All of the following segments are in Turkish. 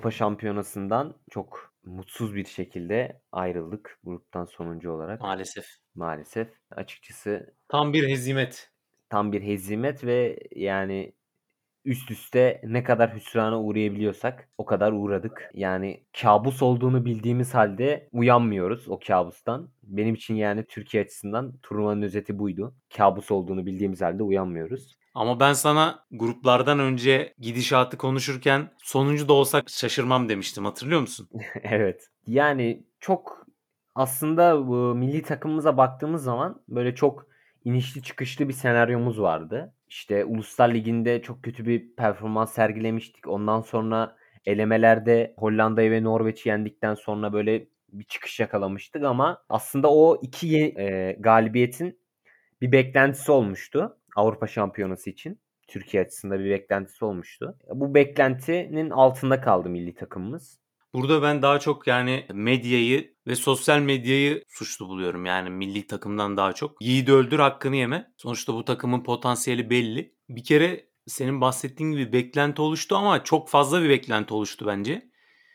Avrupa Şampiyonası'ndan çok mutsuz bir şekilde ayrıldık gruptan sonuncu olarak Maalesef. maalesef. Açıkçası Tam bir hezimet. tam bir hezimet ve yani üst üste ne kadar hüsrana uğrayabiliyorsak o kadar uğradık. Yani kabus olduğunu bildiğimiz halde uyanmıyoruz o kabustan. Benim için yani Türkiye açısından turnuvanın özeti buydu. Kabus olduğunu bildiğimiz halde uyanmıyoruz. Ama ben sana gruplardan önce gidişatı konuşurken sonuncu da olsak şaşırmam demiştim. Hatırlıyor musun? Evet. Yani çok aslında bu milli takımımıza baktığımız zaman böyle çok inişli çıkışlı bir senaryomuz vardı. İşte Uluslar Ligi'nde çok kötü bir performans sergilemiştik. Ondan sonra elemelerde Hollanda'yı ve Norveç'i yendikten sonra böyle bir çıkış yakalamıştık ama aslında o iki galibiyetin bir beklentisi olmuştu Avrupa Şampiyonası için. Türkiye açısından bir beklentisi olmuştu. Bu beklentinin altında kaldı milli takımımız. Burada ben daha çok yani medyayı ve sosyal medyayı suçlu buluyorum. Yani milli takımdan daha çok. Yiğidi öldür hakkını yeme. Sonuçta bu takımın potansiyeli belli. Bir kere senin bahsettiğin gibi beklenti oluştu ama çok fazla bir beklenti oluştu bence.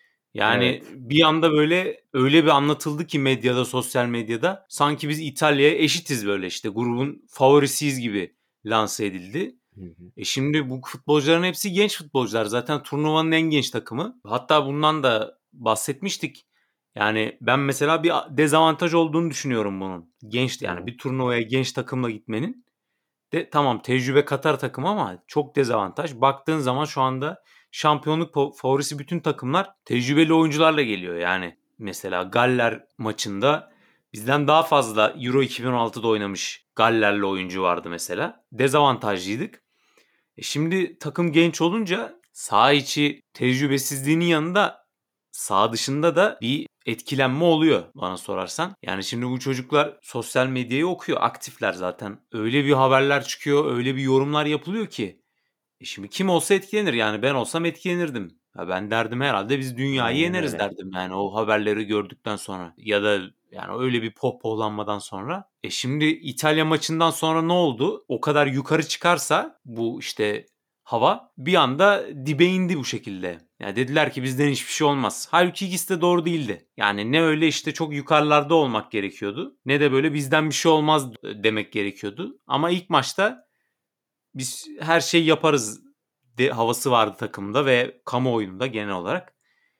Yani Evet. bir anda böyle öyle bir anlatıldı ki medyada, sosyal medyada sanki biz İtalya'ya eşitiz böyle işte grubun favorisiyiz gibi lanse edildi. Hı hı. Şimdi bu futbolcuların hepsi genç futbolcular. Zaten turnuvanın en genç takımı. Hatta bundan da bahsetmiştik. Yani ben mesela bir dezavantaj olduğunu düşünüyorum bunun. Genç yani Evet. bir turnuvaya genç takımla gitmenin de tamam tecrübe katar takım ama çok dezavantaj. Baktığın zaman şu anda şampiyonluk favorisi bütün takımlar tecrübeli oyuncularla geliyor. Yani mesela Galler maçında bizden daha fazla Euro 2016'da oynamış Gallerli oyuncu vardı mesela. Dezavantajlıydık. Şimdi takım genç olunca saha içi tecrübesizliğinin yanında saha dışında da bir etkilenme oluyor bana sorarsan. Yani şimdi bu çocuklar sosyal medyayı okuyor. Aktifler zaten. Öyle bir haberler çıkıyor, öyle bir yorumlar yapılıyor ki. Şimdi kim olsa etkilenir yani ben olsam etkilenirdim. Ya ben derdim herhalde biz dünyayı Aynen yeneriz öyle. derdim yani o haberleri gördükten sonra. Ya da yani öyle bir pohpohlanmadan sonra. Şimdi İtalya maçından sonra ne oldu? O kadar yukarı çıkarsa bu işte hava bir anda dibe indi bu şekilde. Yani dediler ki bizden hiçbir şey olmaz. Halbuki ikisi de doğru değildi. Yani ne öyle işte çok yukarılarda olmak gerekiyordu ne de böyle bizden bir şey olmaz demek gerekiyordu. Ama ilk maçta biz her şeyi yaparız havası vardı takımda ve kamuoyunda genel olarak.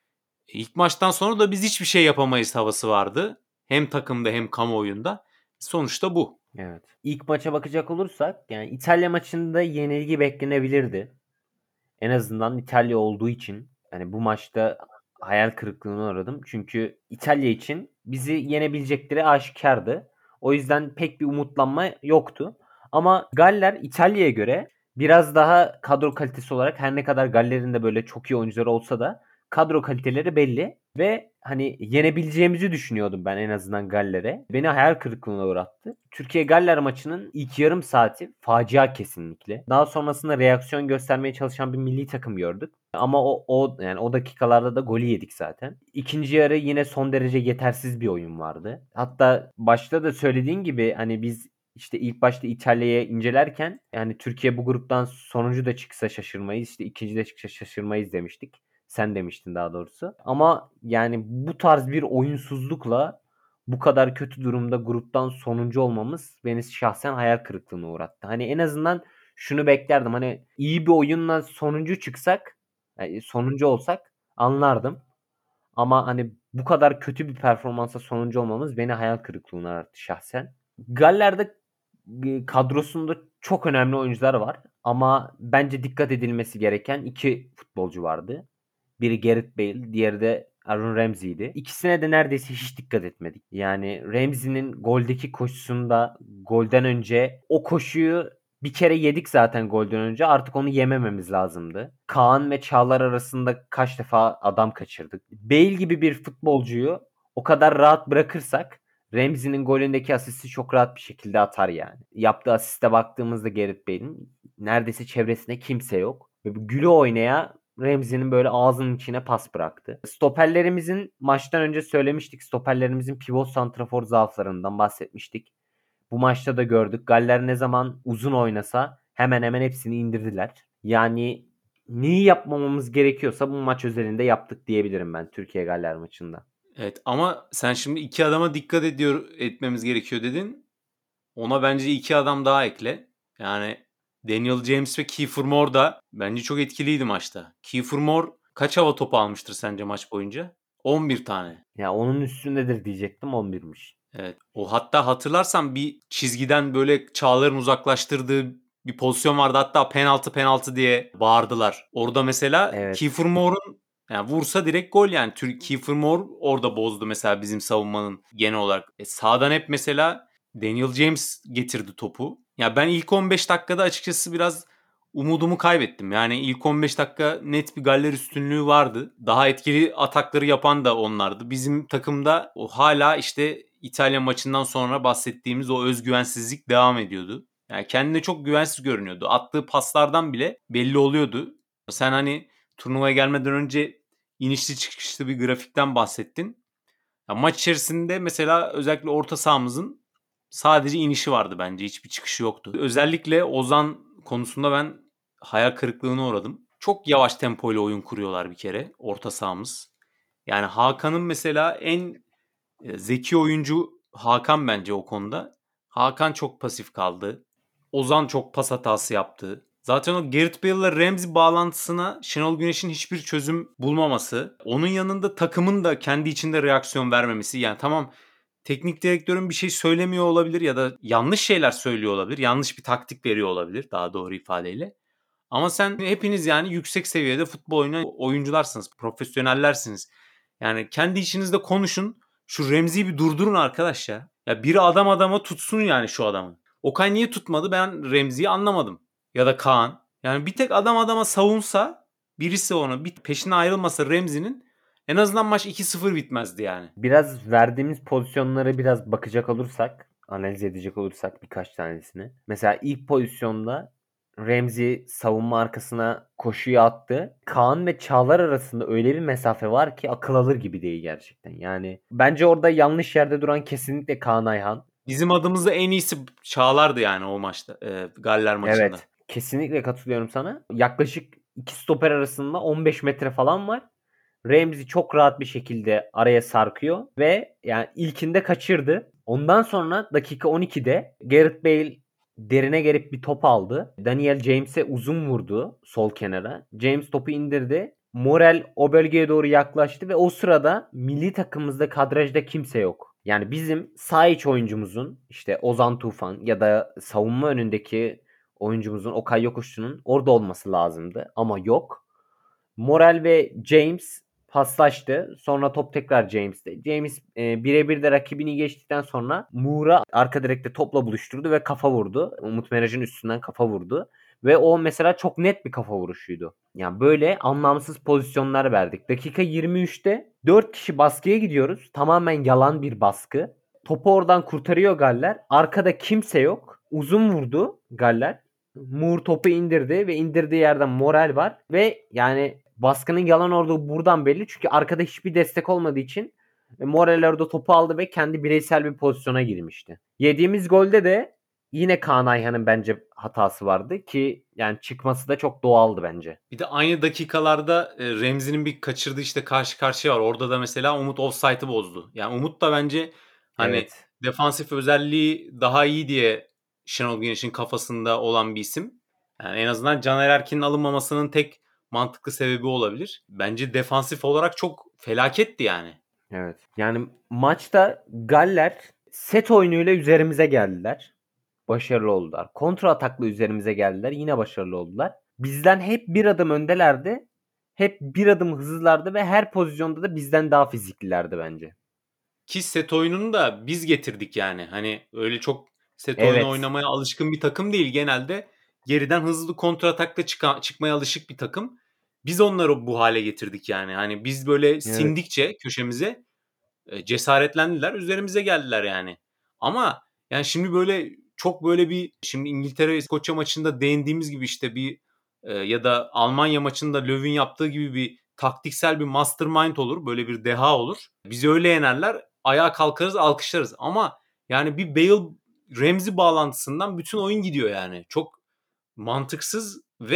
İlk maçtan sonra da biz hiçbir şey yapamayız havası vardı. Hem takımda hem kamuoyunda. Sonuçta bu. Evet. İlk maça bakacak olursak yani İtalya maçında yenilgi beklenebilirdi. En azından İtalya olduğu için yani bu maçta hayal kırıklığına uğradım. Çünkü İtalya için bizi yenebilecekleri aşikardı. O yüzden pek bir umutlanma yoktu. Ama Galler İtalya'ya göre biraz daha kadro kalitesi olarak her ne kadar Galler'in de böyle çok iyi oyuncuları olsa da kadro kaliteleri belli ve hani yenebileceğimizi düşünüyordum ben en azından Galler'e. Beni hayal kırıklığına uğrattı. Türkiye-Galler maçının ilk yarım saati facia kesinlikle. Daha sonrasında reaksiyon göstermeye çalışan bir milli takım gördük. Ama yani o dakikalarda da golü yedik zaten. İkinci yarı yine son derece yetersiz bir oyun vardı. Hatta başta da söylediğin gibi hani biz işte ilk başta İtalya'ya incelerken yani Türkiye bu gruptan sonuncu da çıksa şaşırmayız. İşte ikinci de çıksa şaşırmayız demiştik. Sen demiştin daha doğrusu. Ama yani bu tarz bir oyunsuzlukla bu kadar kötü durumda gruptan sonuncu olmamız beni şahsen hayal kırıklığına uğrattı. Hani en azından şunu beklerdim. Hani iyi bir oyunla sonuncu çıksak, yani sonuncu olsak anlardım. Ama hani bu kadar kötü bir performansa sonuncu olmamız beni hayal kırıklığına uğrattı şahsen. Galler'de kadrosunda çok önemli oyuncular var. Ama bence dikkat edilmesi gereken iki futbolcu vardı. Biri Gareth Bale, diğeri de Aaron Ramsey'di. İkisine de neredeyse hiç dikkat etmedik. Yani Ramsey'nin goldeki koşusunda golden önce o koşuyu bir kere yedik zaten golden önce. Artık onu yemememiz lazımdı. Kaan ve Çağlar arasında kaç defa adam kaçırdık. Bale gibi bir futbolcuyu o kadar rahat bırakırsak Ramsey'nin golündeki asisti çok rahat bir şekilde atar yani. Yaptığı asiste baktığımızda Gareth Bale'in neredeyse çevresinde kimse yok. Ve bu güle oynaya Ramsey'nin böyle ağzının içine pas bıraktı. Stoperlerimizin maçtan önce söylemiştik. Stoperlerimizin pivot santrafor zaaflarından bahsetmiştik. Bu maçta da gördük. Galler ne zaman uzun oynasa hemen hemen hepsini indirdiler. Yani neyi yapmamamız gerekiyorsa bu maç özelinde yaptık diyebilirim ben Türkiye Galler maçında. Evet ama sen şimdi iki adama dikkat etmemiz gerekiyor dedin. Ona bence iki adam daha ekle. Yani Daniel James ve Kiefer Moore da bence çok etkiliydi maçta. Kiefer Moore kaç hava topu almıştır sence maç boyunca? 11 tane. Ya onun üstündedir diyecektim, 11'miş. Evet. O hatta hatırlarsan bir çizgiden böyle Çağlar'ın uzaklaştırdığı bir pozisyon vardı. Hatta penaltı penaltı diye bağırdılar. Orada mesela Evet. Kiefer Moore'un yani vursa direkt gol yani. Kiefer Moore orada bozdu mesela bizim savunmanın genel olarak. Sağdan hep mesela Daniel James getirdi topu. Ya ben ilk 15 dakikada açıkçası biraz umudumu kaybettim. Yani ilk 15 dakika net bir Galler üstünlüğü vardı. Daha etkili atakları yapan da onlardı. Bizim takımda o hala işte İtalya maçından sonra bahsettiğimiz o özgüvensizlik devam ediyordu. Yani kendine çok güvensiz görünüyordu. Attığı paslardan bile belli oluyordu. Sen hani turnuvaya gelmeden önce inişli çıkışlı bir grafikten bahsettin. Ya maç içerisinde mesela özellikle orta sahamızın sadece inişi vardı bence. Hiçbir çıkışı yoktu. Özellikle Ozan konusunda ben hayal kırıklığına uğradım. Çok yavaş tempoyla oyun kuruyorlar bir kere orta sahamız. Yani Hakan'ın mesela en zeki oyuncu Hakan bence o konuda. Hakan çok pasif kaldı. Ozan çok pas hatası yaptı. Zaten o Gareth Bale'la Ramsey bağlantısına Şenol Güneş'in hiçbir çözüm bulmaması. Onun yanında takımın da kendi içinde reaksiyon vermemesi. Yani tamam teknik direktörün bir şey söylemiyor olabilir ya da yanlış şeyler söylüyor olabilir. Yanlış bir taktik veriyor olabilir daha doğru ifadeyle. Ama sen hepiniz yani yüksek seviyede futbol oynayan oyuncularsınız, profesyonellersiniz. Yani kendi içinizde konuşun. Şu Remzi'yi bir durdurun arkadaş ya. Ya biri adam adama tutsun yani şu adamı. Okay niye tutmadı ben Remzi'yi anlamadım. Ya da Kaan. Yani bir tek adam adama savunsa birisi onu bir peşine ayrılmasa Remzi'nin en azından maç 2-0 bitmezdi yani. Biraz verdiğimiz pozisyonlara biraz bakacak olursak, analiz edecek olursak birkaç tanesini. Mesela ilk pozisyonda Remzi savunma arkasına koşuyu attı. Kaan ve Çağlar arasında öyle bir mesafe var ki akıl alır gibi değil gerçekten. Yani bence orada yanlış yerde duran kesinlikle Kaan Ayhan. Bizim adımızda en iyisi Çağlar'dı yani o maçta. Galler maçında. Evet, kesinlikle katılıyorum sana. Yaklaşık iki stoper arasında 15 metre falan var. Ramsey çok rahat bir şekilde araya sarkıyor ve yani ilkinde kaçırdı. Ondan sonra dakika 12'de Gareth Bale derine gelip bir top aldı. Daniel James'e uzun vurdu sol kenara. James topu indirdi. Morel o bölgeye doğru yaklaştı ve o sırada milli takımımızda kadrajda kimse yok. Yani bizim sağ iç oyuncumuzun işte Ozan Tufan ya da savunma önündeki oyuncumuzun Okay Yokuşçu'nun orada olması lazımdı ama yok. Morel ve James paslaştı. Sonra top tekrar James'te. James birebir de rakibini geçtikten sonra Moore'a arka direkte topla buluşturdu ve kafa vurdu. Umut Meraş'ın üstünden kafa vurdu. Ve o mesela çok net bir kafa vuruşuydu. Yani böyle anlamsız pozisyonlar verdik. Dakika 23'te 4 kişi baskıya gidiyoruz. Tamamen yalan bir baskı. Topu oradan kurtarıyor Galler. Arkada kimse yok. Uzun vurdu Galler. Moore topu indirdi ve indirdiği yerden Morel var. Ve yani baskının yalan olduğu buradan belli. Çünkü arkada hiçbir destek olmadığı için Morel orada topu aldı ve kendi bireysel bir pozisyona girmişti. Yediğimiz golde de yine Kaan Ayhan'ın bence hatası vardı ki yani çıkması da çok doğaldı bence. Bir de aynı dakikalarda Remzi'nin bir kaçırdığı işte karşı karşıya var. Orada da mesela Umut offside'ı bozdu. Yani Umut da bence hani Evet. defansif özelliği daha iyi diye Şenol Güneş'in kafasında olan bir isim. Yani en azından Caner Erkin'in alınmamasının tek mantıklı sebebi olabilir. Bence defansif olarak çok felaketti yani. Evet. Yani maçta Galler set oyunuyla üzerimize geldiler. Başarılı oldular. Kontra atakla üzerimize geldiler. Yine başarılı oldular. Bizden hep bir adım öndelerdi. Hep bir adım hızlılardı ve her pozisyonda da bizden daha fiziklilerdi bence. Ki set oyununu da biz getirdik yani. Hani öyle çok set oyunu Evet. oynamaya alışkın bir takım değil. Genelde geriden hızlı kontratakla çıkmaya alışık bir takım. Biz onları bu hale getirdik yani. Hani biz böyle Evet. sindikçe köşemize cesaretlendiler. Üzerimize geldiler yani. Ama yani şimdi böyle çok böyle bir şimdi İngiltere İskoçya maçında değindiğimiz gibi işte bir ya da Almanya maçında Löw'ün yaptığı gibi bir taktiksel bir mastermind olur. Böyle bir deha olur. Bizi öyle yenerler. Ayağa kalkarız, alkışlarız. Ama yani bir Bale Ramsey bağlantısından bütün oyun gidiyor yani. Çok mantıksız ve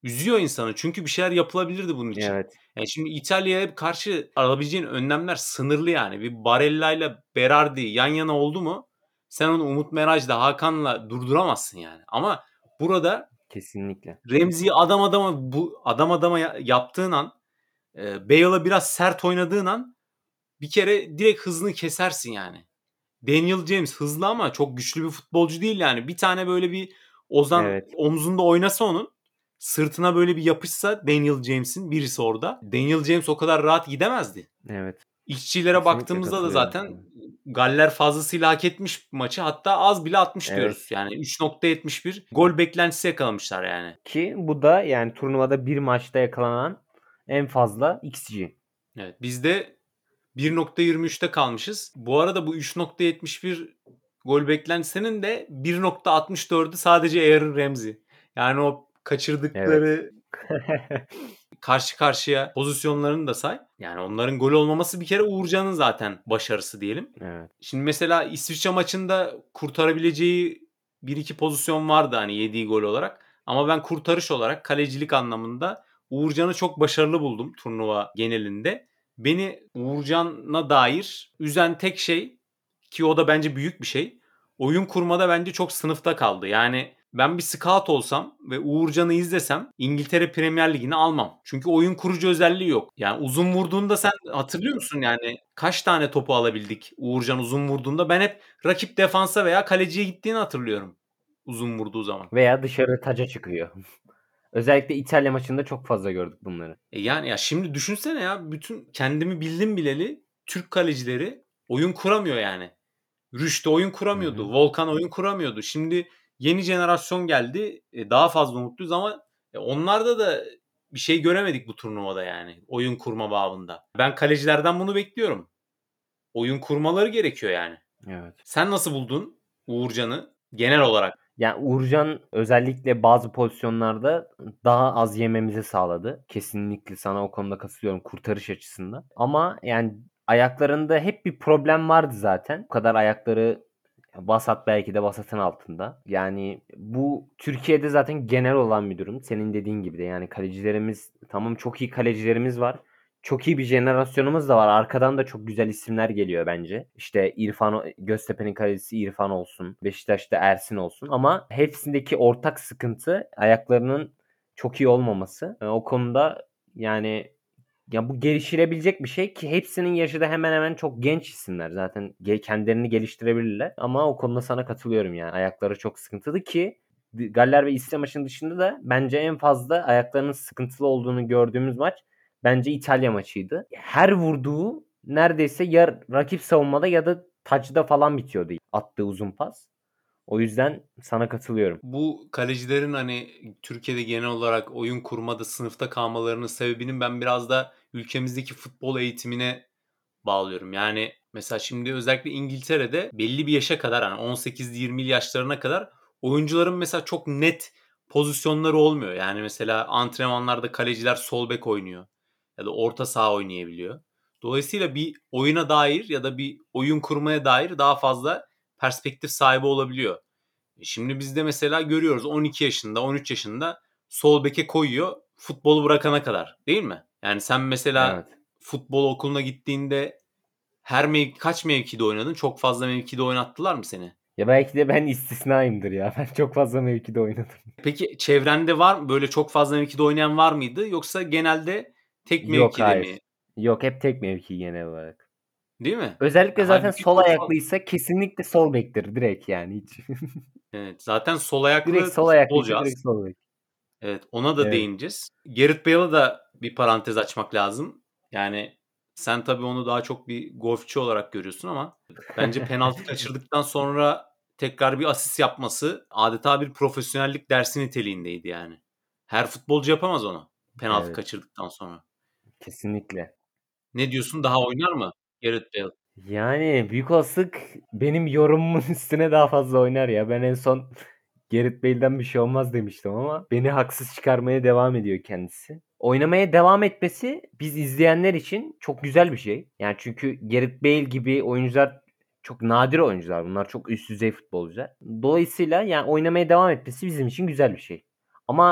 üzüyor insanı. Çünkü bir şeyler yapılabilirdi bunun için. Evet. Yani şimdi İtalya'ya karşı alabileceğin önlemler sınırlı yani. Bir Barella'yla Berardi yan yana oldu mu sen onu Umut Meraş'la Hakan'la durduramazsın yani. Ama burada Kesinlikle. Remzi'yi adam adama yaptığın an, Bale'a biraz sert oynadığın an bir kere direkt hızını kesersin yani. Daniel James hızlı ama çok güçlü bir futbolcu değil yani. Bir tane böyle bir Ozan Evet. omzunda oynasa onun, sırtına böyle bir yapışsa Daniel James'in birisi orada. Daniel James o kadar rahat gidemezdi. Evet. İşçilere Kesinlikle baktığımızda da katılıyorum zaten sana. Galler fazlasıyla hak etmiş maçı. Hatta az bile atmış diyoruz. Evet. Yani 3.71 gol beklentisi yakalamışlar yani. Ki bu da yani turnuvada bir maçta yakalanan en fazla XG. Evet, biz de 1.23'te kalmışız. Bu arada bu 3.71 gol beklentisinin de 1.64'ü sadece Aaron Ramsey. Yani o Evet. kaçırdıkları karşı karşıya pozisyonlarını da say. Yani onların gol olmaması bir kere Uğurcan'ın zaten başarısı diyelim. Evet. Şimdi mesela İsviçre maçında kurtarabileceği bir iki pozisyon vardı hani yediği gol olarak. Ama ben kurtarış olarak kalecilik anlamında Uğurcan'ı çok başarılı buldum turnuva genelinde. Beni Uğurcan'a dair üzen tek şey ki o da bence büyük bir şey. Oyun kurmada bence çok sınıfta kaldı. Yani ben bir scout olsam ve Uğurcan'ı izlesem İngiltere Premier Ligi'ni almam. Çünkü oyun kurucu özelliği yok. Yani uzun vurduğunda sen hatırlıyor musun yani kaç tane topu alabildik Uğurcan uzun vurduğunda? Ben hep rakip defansa veya kaleciye gittiğini hatırlıyorum uzun vurduğu zaman. Veya dışarı taca çıkıyor. Özellikle İtalya maçında çok fazla gördük bunları. Yani ya şimdi düşünsene ya bütün kendimi bildim bileli Türk kalecileri oyun kuramıyor yani. Rüştü oyun Hı hı. kuramıyordu. Volkan oyun kuramıyordu. Şimdi yeni jenerasyon geldi. Daha fazla umutluyuz ama onlarda da bir şey göremedik bu turnuvada yani. Oyun kurma babında. Ben kalecilerden bunu bekliyorum. Oyun kurmaları gerekiyor yani. Evet. Sen nasıl buldun Uğurcan'ı genel olarak? Yani Uğurcan özellikle bazı pozisyonlarda daha az yememizi sağladı. Kesinlikle sana o konuda katılıyorum kurtarış açısından. Ama yani ayaklarında hep bir problem vardı zaten. Bu kadar ayakları vasat belki de vasatın altında. Yani bu Türkiye'de zaten genel olan bir durum. Senin dediğin gibi de yani kalecilerimiz tamam çok iyi kalecilerimiz var. Çok iyi bir jenerasyonumuz da var. Arkadan da çok güzel isimler geliyor bence. İşte Göztepe'nin kalecisi İrfan olsun. Beşiktaş'ta Ersin olsun. Ama hepsindeki ortak sıkıntı ayaklarının çok iyi olmaması. O konuda yani ya bu gelişilebilecek bir şey ki hepsinin yaşı da hemen hemen çok genç isimler. Zaten kendilerini geliştirebilirler. Ama o konuda sana katılıyorum yani. Ayakları çok sıkıntılı ki Galler ve İslam maçının dışında da bence en fazla ayaklarının sıkıntılı olduğunu gördüğümüz maç bence İtalya maçıydı. Her vurduğu neredeyse ya rakip savunmada ya da taçta falan bitiyordu attığı uzun pas. O yüzden sana katılıyorum. Bu kalecilerin hani Türkiye'de genel olarak oyun kurmada sınıfta kalmalarının sebebinin ben biraz da ülkemizdeki futbol eğitimine bağlıyorum. Yani mesela şimdi özellikle İngiltere'de belli bir yaşa kadar hani 18-20 yaşlarına kadar oyuncuların mesela çok net pozisyonları olmuyor. Yani mesela antrenmanlarda kaleciler sol bek oynuyor ya da orta saha oynayabiliyor. Dolayısıyla bir oyuna dair ya da bir oyun kurmaya dair daha fazla perspektif sahibi olabiliyor. Şimdi biz de mesela görüyoruz 12 yaşında, 13 yaşında sol beke koyuyor futbolu bırakana kadar, değil mi? Yani sen mesela Evet. futbol okuluna gittiğinde kaç mevkide oynadın? Çok fazla mevkide oynattılar mı seni? Ya belki de ben istisnayımdır ya. Ben çok fazla mevkide oynadım. Peki çevrende var mı? Böyle çok fazla mevkide oynayan var mıydı? Yoksa genelde tek Yok mevkide hayır. mi? Yok hep tek mevki genel olarak. Değil mi? Özellikle zaten Halbuki sol ayaklıysa kesinlikle sol bektir direkt yani hiç. evet, zaten sol Direkt ayaklı sol futbolcu ayaklıysa az. direkt sol bek. Evet, ona da Evet. değineceğiz. Gareth Bale'a da bir parantez açmak lazım. Yani sen tabii onu daha çok bir golfçü olarak görüyorsun ama bence penaltı kaçırdıktan sonra tekrar bir asist yapması adeta bir profesyonellik dersi niteliğindeydi yani. Her futbolcu yapamaz onu penaltı Evet. kaçırdıktan sonra. Kesinlikle. Ne diyorsun? Daha oynar mı Gareth Bale? Yani büyük olasılık benim yorumumun üstüne daha fazla oynar ya. Ben en son Gareth Bale'den bir şey olmaz demiştim ama beni haksız çıkarmaya devam ediyor kendisi. Oynamaya devam etmesi biz izleyenler için çok güzel bir şey. Yani çünkü Gareth Bale gibi oyuncular çok nadir oyuncular. Bunlar çok üst düzey futbolcular. Dolayısıyla yani oynamaya devam etmesi bizim için güzel bir şey. Ama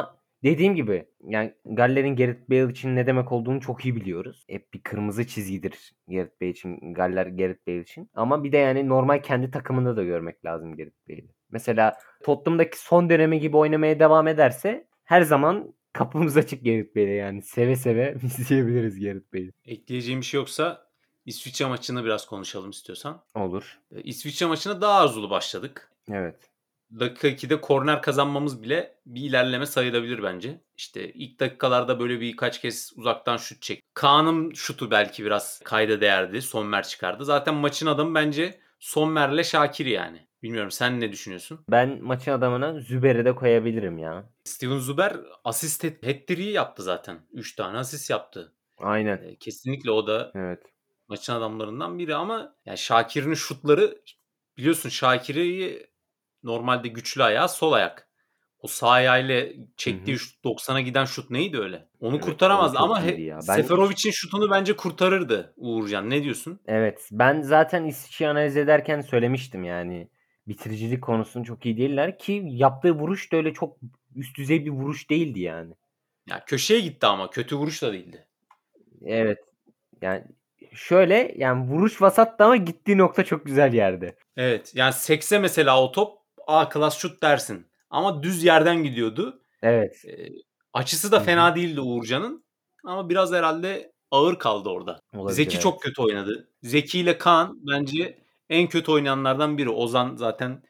Dediğim gibi yani Galler'in Gareth Bale için ne demek olduğunu çok iyi biliyoruz. Hep bir kırmızı çizgidir Gareth Bale için, Galler Gareth Bale için. Ama bir de yani normal kendi takımında da görmek lazım Gareth Bale'i. Mesela Tottenham'daki son dönemi gibi oynamaya devam ederse her zaman kapımız açık Gareth Bale'e, yani seve seve izleyebiliriz Gareth Bale'i. Ekleyeceğim bir şey yoksa İsviçre maçını biraz konuşalım istiyorsan. Olur. İsviçre maçına daha arzulu başladık. Evet. Dakika 2'de korner kazanmamız bile bir ilerleme sayılabilir bence. İşte ilk dakikalarda böyle birkaç kez uzaktan şut çek. Kaan'ın şutu belki biraz kayda değerdi. Sommer çıkardı. Zaten maçın adamı bence Sommer'le Şakir yani. Bilmiyorum, sen ne düşünüyorsun? Ben maçın adamına Züber'i de koyabilirim ya. Steven Zuber hat-trick'i yaptı zaten. 3 tane asist yaptı. Aynen. Kesinlikle o da Evet. maçın adamlarından biri ama yani Şakir'in şutları, biliyorsun Şakir'i normalde güçlü ayağı sol ayak. O sağ ayağıyla Hı çektiği hı. şut, 90'a giden şut neydi öyle? Onu Evet, o kurtaramazdı çok ama iyiydi ya. Seferovic'in şutunu bence kurtarırdı Uğurcan. Ne diyorsun? Evet, ben zaten İsviçre'yi analiz ederken söylemiştim yani. Bitiricilik konusunda çok iyi değiller ki yaptığı vuruş da öyle çok üst düzey bir vuruş değildi yani. Ya köşeye gitti ama kötü vuruş da değildi. Evet. Yani şöyle, yani vuruş vasattı ama gittiği nokta çok güzel yerde. Evet. Yani sekse mesela o top A klas şut dersin. Ama düz yerden gidiyordu. Evet. Ee, Açısı da Hı hı. fena değildi Uğurcan'ın. Ama biraz herhalde ağır kaldı orada. Olabilir, Zeki çok evet. kötü oynadı. Zeki ile Kaan bence en kötü oynayanlardan biri. Ozan zaten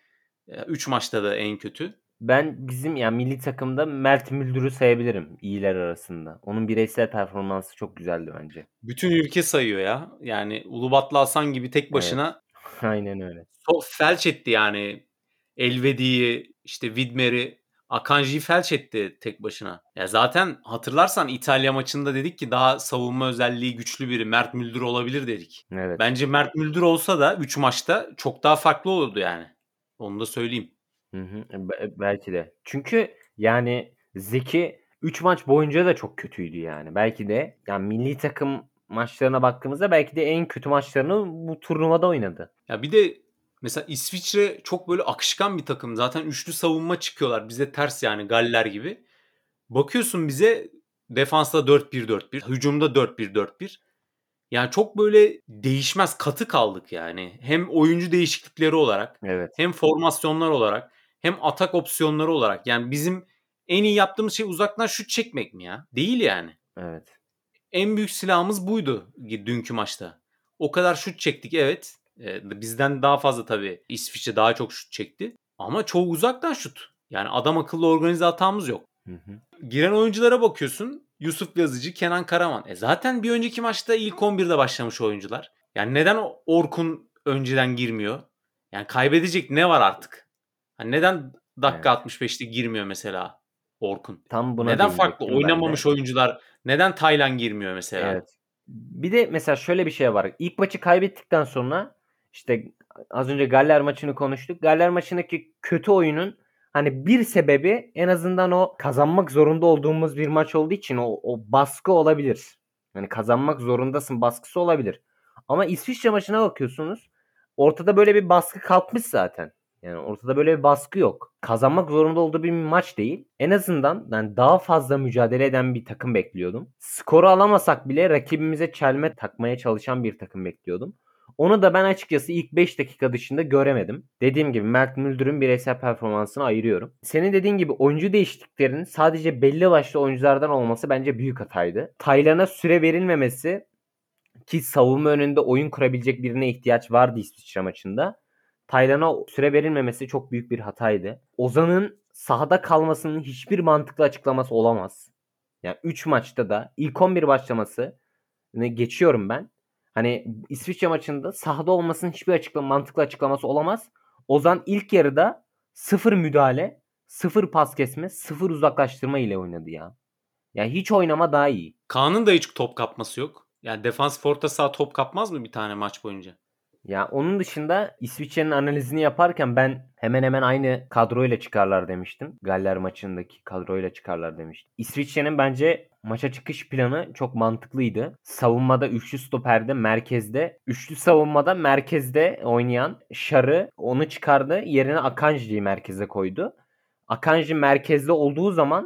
3 maçta da en kötü. Ben bizim yani milli takımda Mert Müldür'ü sayabilirim iyiler arasında. Onun bireysel performansı çok güzeldi bence. Bütün ülke sayıyor ya. Yani Ulubatlı Hasan gibi tek Evet. başına Aynen öyle. felç etti yani. Elvedi'yi, işte Widmer'i, Akanji'yi felç etti tek başına. Ya zaten hatırlarsan İtalya maçında dedik ki daha savunma özelliği güçlü biri Mert Müldür olabilir dedik. Evet. Bence Mert Müldür olsa da 3 maçta çok daha farklı olurdu yani. Onu da söyleyeyim. Hı hı. Belki de. Çünkü yani Zeki 3 maç boyunca da çok kötüydü yani. Belki de yani milli takım maçlarına baktığımızda belki de en kötü maçlarını bu turnuvada oynadı. Ya bir de mesela İsviçre çok böyle akışkan bir takım. Zaten üçlü savunma çıkıyorlar. Bize ters yani, Galler gibi. Bakıyorsun bize defansta 4-1-4-1, hücumda 4-1-4-1. Yani çok böyle değişmez, katı kaldık yani. Hem oyuncu değişiklikleri olarak, Evet. hem formasyonlar olarak, hem atak opsiyonları olarak. Yani bizim en iyi yaptığımız şey uzaktan şut çekmek mi ya? Değil yani. Evet. En büyük silahımız buydu dünkü maçta. O kadar şut çektik, evet. Bizden daha fazla tabii İsviçre daha çok şut çekti. Ama çoğu uzaktan şut. Yani adam akıllı organize hatamız yok. Hı hı. Giren oyunculara bakıyorsun. Yusuf Yazıcı, Kenan Karaman. Zaten bir önceki maçta ilk 11'de başlamış oyuncular. Yani neden Orkun önceden girmiyor? Yani kaybedecek ne var artık? Hani neden dakika Evet. 65'te girmiyor mesela Orkun? Tam buna Neden farklı değinecektim ben de. oynamamış oyuncular? Neden Taylan girmiyor mesela? Evet. Bir de mesela şöyle bir şey var. İlk maçı kaybettikten sonra işte az önce Galler maçını konuştuk. Galler maçındaki kötü oyunun hani bir sebebi en azından o kazanmak zorunda olduğumuz bir maç olduğu için o baskı olabilir. Yani kazanmak zorundasın baskısı olabilir. Ama İsviçre maçına bakıyorsunuz. Ortada böyle bir baskı kalkmış zaten. Yani ortada böyle bir baskı yok. Kazanmak zorunda olduğu bir maç değil. En azından yani daha fazla mücadele eden bir takım bekliyordum. Skoru alamasak bile rakibimize çelme takmaya çalışan bir takım bekliyordum. Onu da ben açıkçası ilk 5 dakika dışında göremedim. Dediğim gibi Mert Müldür'ün bireysel performansını ayırıyorum. Senin dediğin gibi oyuncu değişikliklerinin sadece belli başlı oyunculardan olması bence büyük hataydı. Taylan'a süre verilmemesi, ki savunma önünde oyun kurabilecek birine ihtiyaç vardı İsviçre maçında. Taylan'a süre verilmemesi çok büyük bir hataydı. Ozan'ın sahada kalmasının hiçbir mantıklı açıklaması olamaz. Yani 3 maçta da ilk 11 başlaması geçiyorum ben. Hani İsviçre maçında sahada olmasının hiçbir mantıklı açıklaması olamaz. Ozan ilk yarıda sıfır müdahale, sıfır pas kesme, sıfır uzaklaştırma ile oynadı ya. Yani hiç oynama daha iyi. Kaan'ın da hiç top kapması yok. Yani defans orta saha top kapmaz mı bir tane maç boyunca? Ya onun dışında İsviçre'nin analizini yaparken ben hemen hemen aynı kadroyla çıkarlar demiştim. Galler maçındaki kadroyla çıkarlar demiştim. İsviçre'nin bence maça çıkış planı çok mantıklıydı. Savunmada üçlü stoperde merkezde, üçlü savunmada merkezde oynayan Şar'ı onu çıkardı. Yerine Akanji'yi merkeze koydu. Akanji merkezde olduğu zaman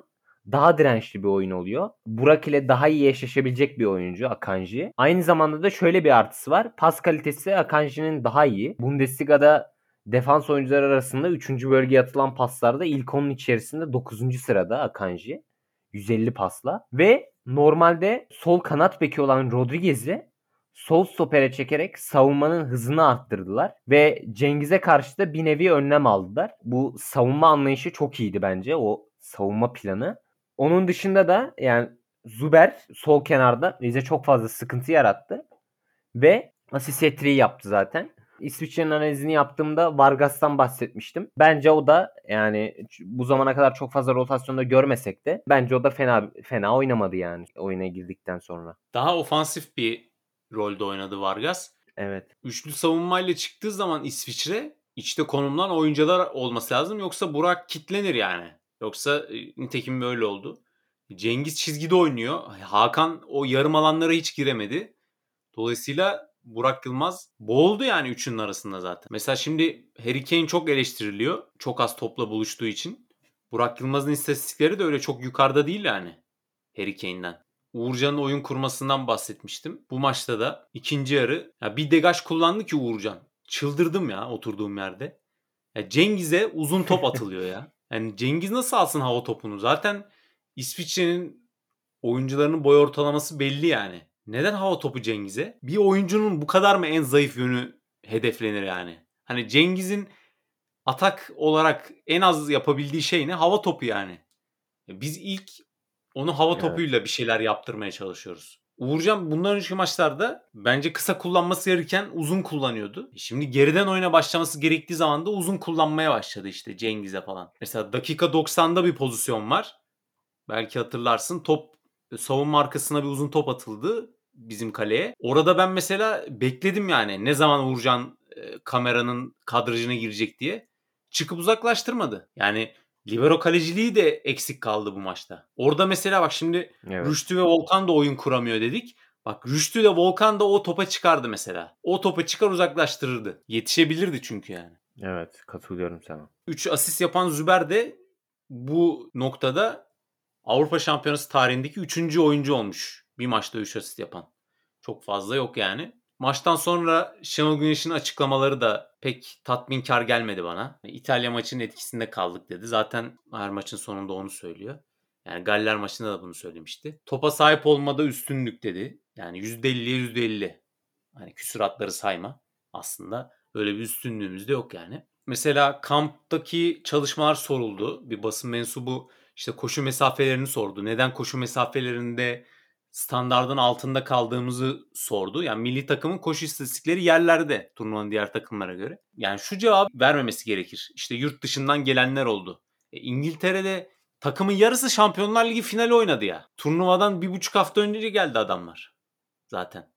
daha dirençli bir oyun oluyor. Burak ile daha iyi eşleşebilecek bir oyuncu Akanji. Aynı zamanda da şöyle bir artısı var. Pas kalitesi Akanji'nin daha iyi. Bundesliga'da defans oyuncuları arasında 3. bölgeye atılan paslarda ilk 10'un içerisinde 9. sırada Akanji. 150 pasla. Ve normalde sol kanat beki olan Rodriguez'i sol stopere çekerek savunmanın hızını arttırdılar. Ve Cengiz'e karşı da bir nevi önlem aldılar. Bu savunma anlayışı çok iyiydi bence. O savunma planı. Onun dışında da yani Zuber sol kenarda bize çok fazla sıkıntı yarattı. Ve asist hat-trick'i yaptı zaten. İsviçre'nin analizini yaptığımda Vargas'tan bahsetmiştim. Bence o da yani bu zamana kadar çok fazla rotasyonda görmesek de bence o da fena oynamadı yani oyuna girdikten sonra. Daha ofansif bir rolde oynadı Vargas. Evet. Üçlü savunmayla çıktığı zaman İsviçre içte konumlanan oyuncular olması lazım. Yoksa Burak kitlenir yani. Yoksa nitekim böyle oldu. Cengiz çizgide oynuyor. Hakan o yarım alanlara hiç giremedi. Dolayısıyla Burak Yılmaz boğuldu yani üçünün arasında zaten. Mesela şimdi Harry Kane çok eleştiriliyor. Çok az topla buluştuğu için. Burak Yılmaz'ın istatistikleri de öyle çok yukarıda değil yani Harry Kane'den. Uğurcan'ın oyun kurmasından bahsetmiştim. Bu maçta da ikinci yarı ya bir degaj kullandı ki Uğurcan. Çıldırdım ya oturduğum yerde. Ya Cengiz'e uzun top atılıyor ya. Yani Cengiz nasıl alsın hava topunu? Zaten İsviçre'nin oyuncularının boy ortalaması belli yani. Neden hava topu Cengiz'e? Bir oyuncunun bu kadar mı en zayıf yönü hedeflenir yani? Hani Cengiz'in atak olarak en az yapabildiği şey ne? Hava topu yani. Biz ilk onu hava Evet. topuyla bir şeyler yaptırmaya çalışıyoruz. Uğurcan bundan önceki maçlarda bence kısa kullanması gereken uzun kullanıyordu. Şimdi geriden oyuna başlaması gerektiği zaman da uzun kullanmaya başladı işte Cengiz'e falan. Mesela dakika 90'da bir pozisyon var. Belki hatırlarsın top savunma arkasına bir uzun top atıldı bizim kaleye. Orada ben mesela bekledim yani ne zaman Uğurcan kameranın kadrajına girecek diye. Çıkıp uzaklaştırmadı. Yani libero kaleciliği de eksik kaldı bu maçta. Orada mesela bak şimdi Evet. Rüştü ve Volkan da oyun kuramıyor dedik. Bak Rüştü de Volkan da o topa çıkardı mesela. O topa çıkar uzaklaştırırdı. Yetişebilirdi çünkü yani. Evet. Katılıyorum sana. 3 asist yapan Züber de bu noktada Avrupa Şampiyonası tarihindeki 3. oyuncu olmuş. Bir maçta 3 asist yapan. Çok fazla yok yani. Maçtan sonra Şenol Güneş'in açıklamaları da pek tatminkar gelmedi bana. İtalya maçının etkisinde kaldık dedi. Zaten her maçın sonunda onu söylüyor. Yani Galler maçında da bunu söylemişti. Topa sahip olmada üstünlük dedi. Yani %50'ye %50. Hani küsuratları sayma. Aslında öyle bir üstünlüğümüz de yok yani. Mesela kamptaki çalışmalar soruldu. Bir basın mensubu işte koşu mesafelerini sordu. Neden koşu mesafelerinde standardın altında kaldığımızı sordu. Yani milli takımın koşu istatistikleri yerlerde turnuvanın diğer takımlara göre. Yani şu cevap vermemesi gerekir. İşte yurt dışından gelenler oldu. İngiltere'de takımın yarısı Şampiyonlar Ligi finali oynadı ya. Turnuvadan 1,5 hafta önce geldi adamlar zaten.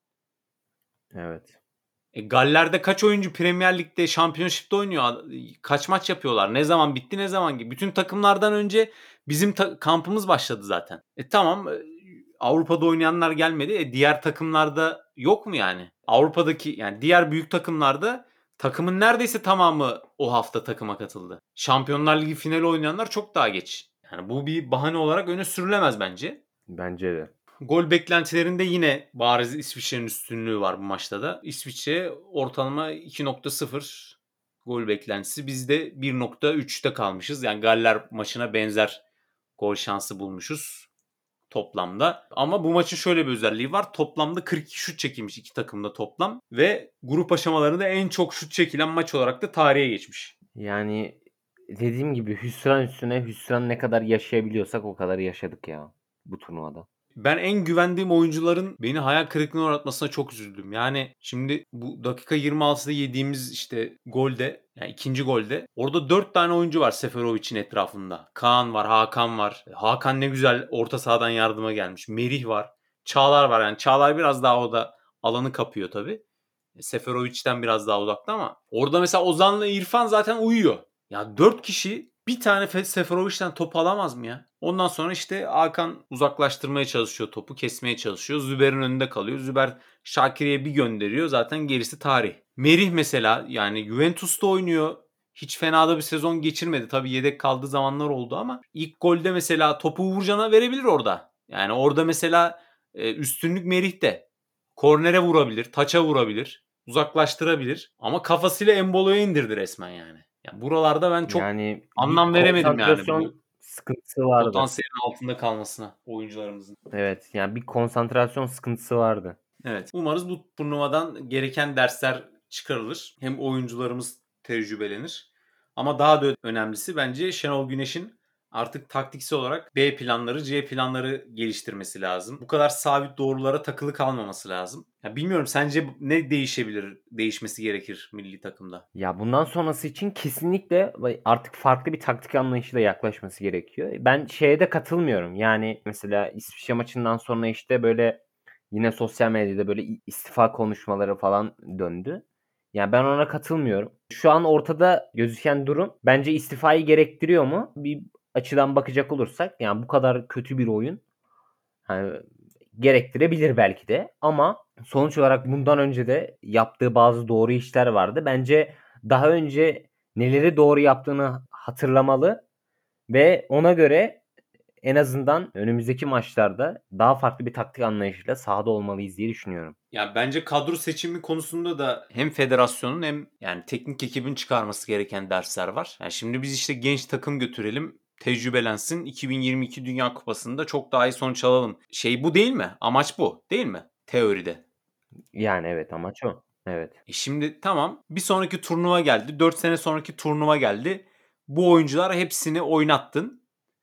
Evet. Galler'de kaç oyuncu Premier Lig'de Championship'te oynuyor? Kaç maç yapıyorlar? Ne zaman bitti ne zaman gibi. Bütün takımlardan önce bizim kampımız başladı zaten. Tamam Avrupa'da oynayanlar gelmedi. Diğer takımlarda yok mu yani? Avrupa'daki yani diğer büyük takımlarda takımın neredeyse tamamı o hafta takıma katıldı. Şampiyonlar Ligi finali oynayanlar çok daha geç. Yani bu bir bahane olarak öne sürülemez bence. Bence de. Gol beklentilerinde yine bariz İsviçre'nin üstünlüğü var bu maçta da. İsviçre ortalama 2.0 gol beklentisi. Biz de 1.3'te kalmışız. Yani Galler maçına benzer gol şansı bulmuşuz toplamda. Ama bu maçın şöyle bir özelliği var. Toplamda 42 şut çekilmiş iki takımda toplam. Ve grup aşamalarında en çok şut çekilen maç olarak da tarihe geçmiş. Yani dediğim gibi hüsran üstüne hüsran ne kadar yaşayabiliyorsak o kadar yaşadık ya bu turnuvada. Ben en güvendiğim oyuncuların beni hayal kırıklığına uğratmasına çok üzüldüm. Yani şimdi bu dakika 26'da yediğimiz işte golde yani ikinci golde orada 4 tane oyuncu var Seferovic'in etrafında. Kaan var, Hakan var. Hakan ne güzel orta sahadan yardıma gelmiş. Merih var. Çağlar var yani. Çağlar biraz daha o da alanı kapıyor tabii. Seferovic'ten biraz daha uzakta ama orada mesela Ozan'la İrfan zaten uyuyor. Ya 4 kişi bir tane Seferovic'den top alamaz mı ya? Ondan sonra işte Hakan uzaklaştırmaya çalışıyor topu, kesmeye çalışıyor. Züber'in önünde kalıyor. Züber Şakir'e bir gönderiyor. Zaten gerisi tarih. Merih mesela yani Juventus'ta oynuyor. hiç fena da bir sezon geçirmedi. Tabii yedek kaldığı zamanlar oldu ama ilk golde mesela topu Uğurcan'a verebilir orada. Yani orada mesela üstünlük Merih'te. Kornere vurabilir, taça vurabilir, uzaklaştırabilir ama kafasıyla Embolo'ya indirdi resmen yani. Yani buralarda ben çok Yani bir anlam veremedim yani bu konsantrasyon sıkıntısı vardı. potansiyelin altında kalmasına oyuncularımızın. Evet, yani bir konsantrasyon sıkıntısı vardı. Evet. Umarız bu turnuvadan gereken dersler çıkarılır. Hem oyuncularımız tecrübelenir. Ama daha da önemlisi bence Şenol Güneş'in artık taktiksel olarak B planları, C planları geliştirmesi lazım. Bu kadar sabit doğrulara takılı kalmaması lazım. Ya bilmiyorum, sence ne değişebilir, değişmesi gerekir milli takımda? Ya bundan sonrası için kesinlikle artık farklı bir taktik anlayışıyla yaklaşması gerekiyor. Ben şeye de katılmıyorum. Yani mesela İsviçre maçından sonra işte böyle yine sosyal medyada böyle istifa konuşmaları falan döndü. Yani ben ona katılmıyorum. Şu an ortada gözüken durum bence istifayı gerektiriyor mu? Bir açıdan bakacak olursak yani bu kadar kötü bir oyun hani gerektirebilir belki de ama sonuç olarak bundan önce de yaptığı bazı doğru işler vardı. Bence daha önce neleri doğru yaptığını hatırlamalı ve ona göre en azından önümüzdeki maçlarda daha farklı bir taktik anlayışıyla sahada olmalıyız diye düşünüyorum. Ya bence kadro seçimi konusunda da hem federasyonun hem yani teknik ekibin çıkarması gereken dersler var. Yani şimdi biz işte genç takım götürelim, tecrübelensin. 2022 Dünya Kupası'nda çok daha iyi sonuç alalım. Şey bu değil mi? Amaç bu, değil mi? Teoride. Yani evet amaç o. Evet. Şimdi tamam, bir sonraki turnuva geldi. 4 sene sonraki turnuva geldi. Bu oyuncular hepsini oynattın.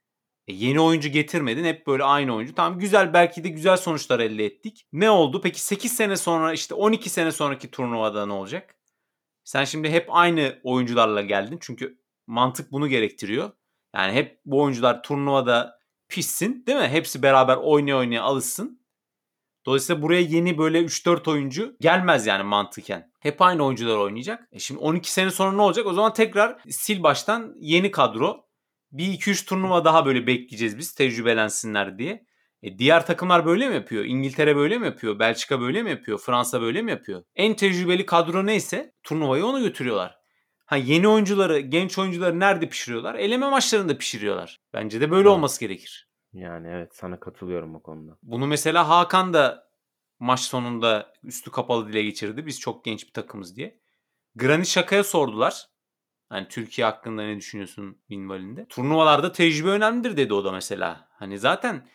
Yeni oyuncu getirmedin. Hep böyle aynı oyuncu. Tamam, güzel, belki de güzel sonuçlar elde ettik. Ne oldu? Peki 8 sene sonra, işte 12 sene sonraki turnuvada ne olacak? Sen şimdi hep aynı oyuncularla geldin. Çünkü mantık bunu gerektiriyor. Yani hep bu oyuncular turnuvada pişsin, değil mi? Hepsi beraber oynaya oynaya alışsın. Dolayısıyla buraya yeni böyle 3-4 oyuncu gelmez yani mantıken. Hep aynı oyuncular oynayacak. Şimdi 12 sene sonra ne olacak? O zaman tekrar sil baştan yeni kadro. Bir iki üç turnuva daha böyle bekleyeceğiz biz tecrübelensinler diye. Diğer takımlar böyle mi yapıyor? İngiltere böyle mi yapıyor? Belçika böyle mi yapıyor? Fransa böyle mi yapıyor? En tecrübeli kadro neyse turnuvayı onu götürüyorlar. Ha, yeni oyuncuları, genç oyuncuları nerede pişiriyorlar? Eleme maçlarında pişiriyorlar. Bence de böyle Evet. olması gerekir. Yani evet sana katılıyorum o konuda. Bunu mesela Hakan da maç sonunda üstü kapalı dile geçirdi. Biz çok genç bir takımız diye. Granit Xhaka'ya sordular. Hani Türkiye hakkında ne düşünüyorsun minvalinde? Turnuvalarda tecrübe önemlidir dedi o da mesela. Hani zaten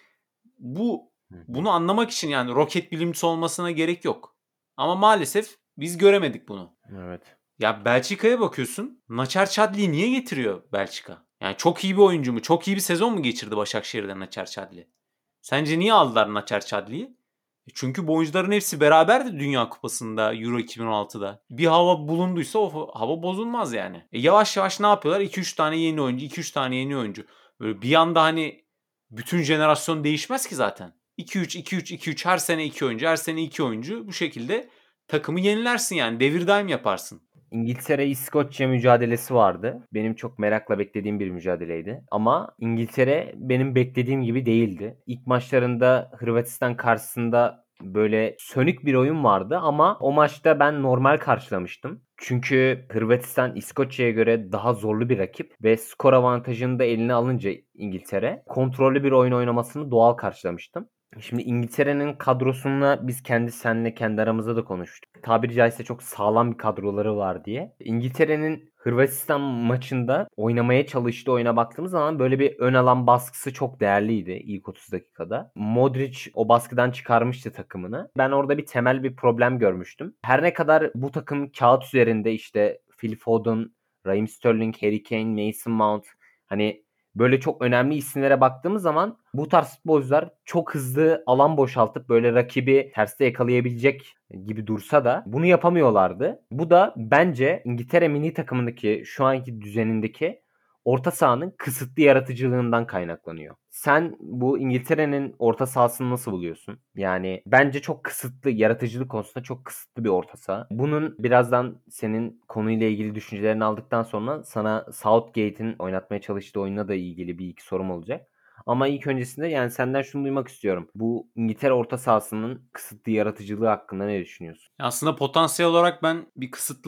Hı hı. bunu anlamak için yani roket bilimcisi olmasına gerek yok. Ama maalesef biz göremedik bunu. Evet. Ya Belçika'ya bakıyorsun. Naçer Chadli'yi niye getiriyor Belçika? Yani çok iyi bir oyuncu mu? Çok iyi bir sezon mu geçirdi Başakşehir'de Naçer Chadli? Sence niye aldılar Naçer Chadli'yi? Çünkü bu oyuncuların hepsi beraberdi Dünya Kupası'nda, Euro 2016'da. Bir hava bulunduysa o hava bozulmaz yani. Yavaş yavaş ne yapıyorlar? 2-3 tane yeni oyuncu, 2-3 tane yeni oyuncu. Böyle bir anda hani bütün jenerasyon değişmez ki zaten. 2-3, 2-3, 2-3, her sene 2 oyuncu, her sene 2 oyuncu. Bu şekilde takımı yenilersin yani. Devir daim yaparsın. İngiltere-İskoçya mücadelesi vardı. Benim çok merakla beklediğim bir mücadeleydi. Ama İngiltere benim beklediğim gibi değildi. İlk maçlarında Hırvatistan karşısında böyle sönük bir oyun vardı ama o maçta ben normal karşılamıştım. Çünkü Hırvatistan İskoçya'ya göre daha zorlu bir rakip ve skor avantajını da eline alınca İngiltere kontrollü bir oyun oynamasını doğal karşılamıştım. Şimdi İngiltere'nin kadrosunu biz senle kendi aramızda da konuştuk. Tabiri caizse çok sağlam bir kadroları var diye. İngiltere'nin Hırvatistan maçında oynamaya çalıştığı oyuna baktığımız zaman böyle bir ön alan baskısı çok değerliydi ilk 30 dakikada. Modric o baskıdan çıkarmıştı takımını. Ben orada bir temel bir problem görmüştüm. Her ne kadar bu takım kağıt üzerinde işte Phil Foden, Raheem Sterling, Harry Kane, Mason Mount hani böyle çok önemli isimlere baktığımız zaman bu tarz futbolcular çok hızlı alan boşaltıp böyle rakibi terste yakalayabilecek gibi dursa da bunu yapamıyorlardı. Bu da bence İngiltere milli takımındaki şu anki düzenindeki orta sahanın kısıtlı yaratıcılığından kaynaklanıyor. Sen bu İngiltere'nin orta sahasını nasıl buluyorsun? Yani bence çok kısıtlı, yaratıcılık konusunda çok kısıtlı bir orta saha. Bunun birazdan senin konuyla ilgili düşüncelerini aldıktan sonra sana Southgate'in oynatmaya çalıştığı oyunla da ilgili bir iki sorum olacak. Ama ilk öncesinde yani senden şunu duymak istiyorum. Bu İngiltere orta sahasının kısıtlı yaratıcılığı hakkında ne düşünüyorsun? Aslında potansiyel olarak ben bir kısıtlılık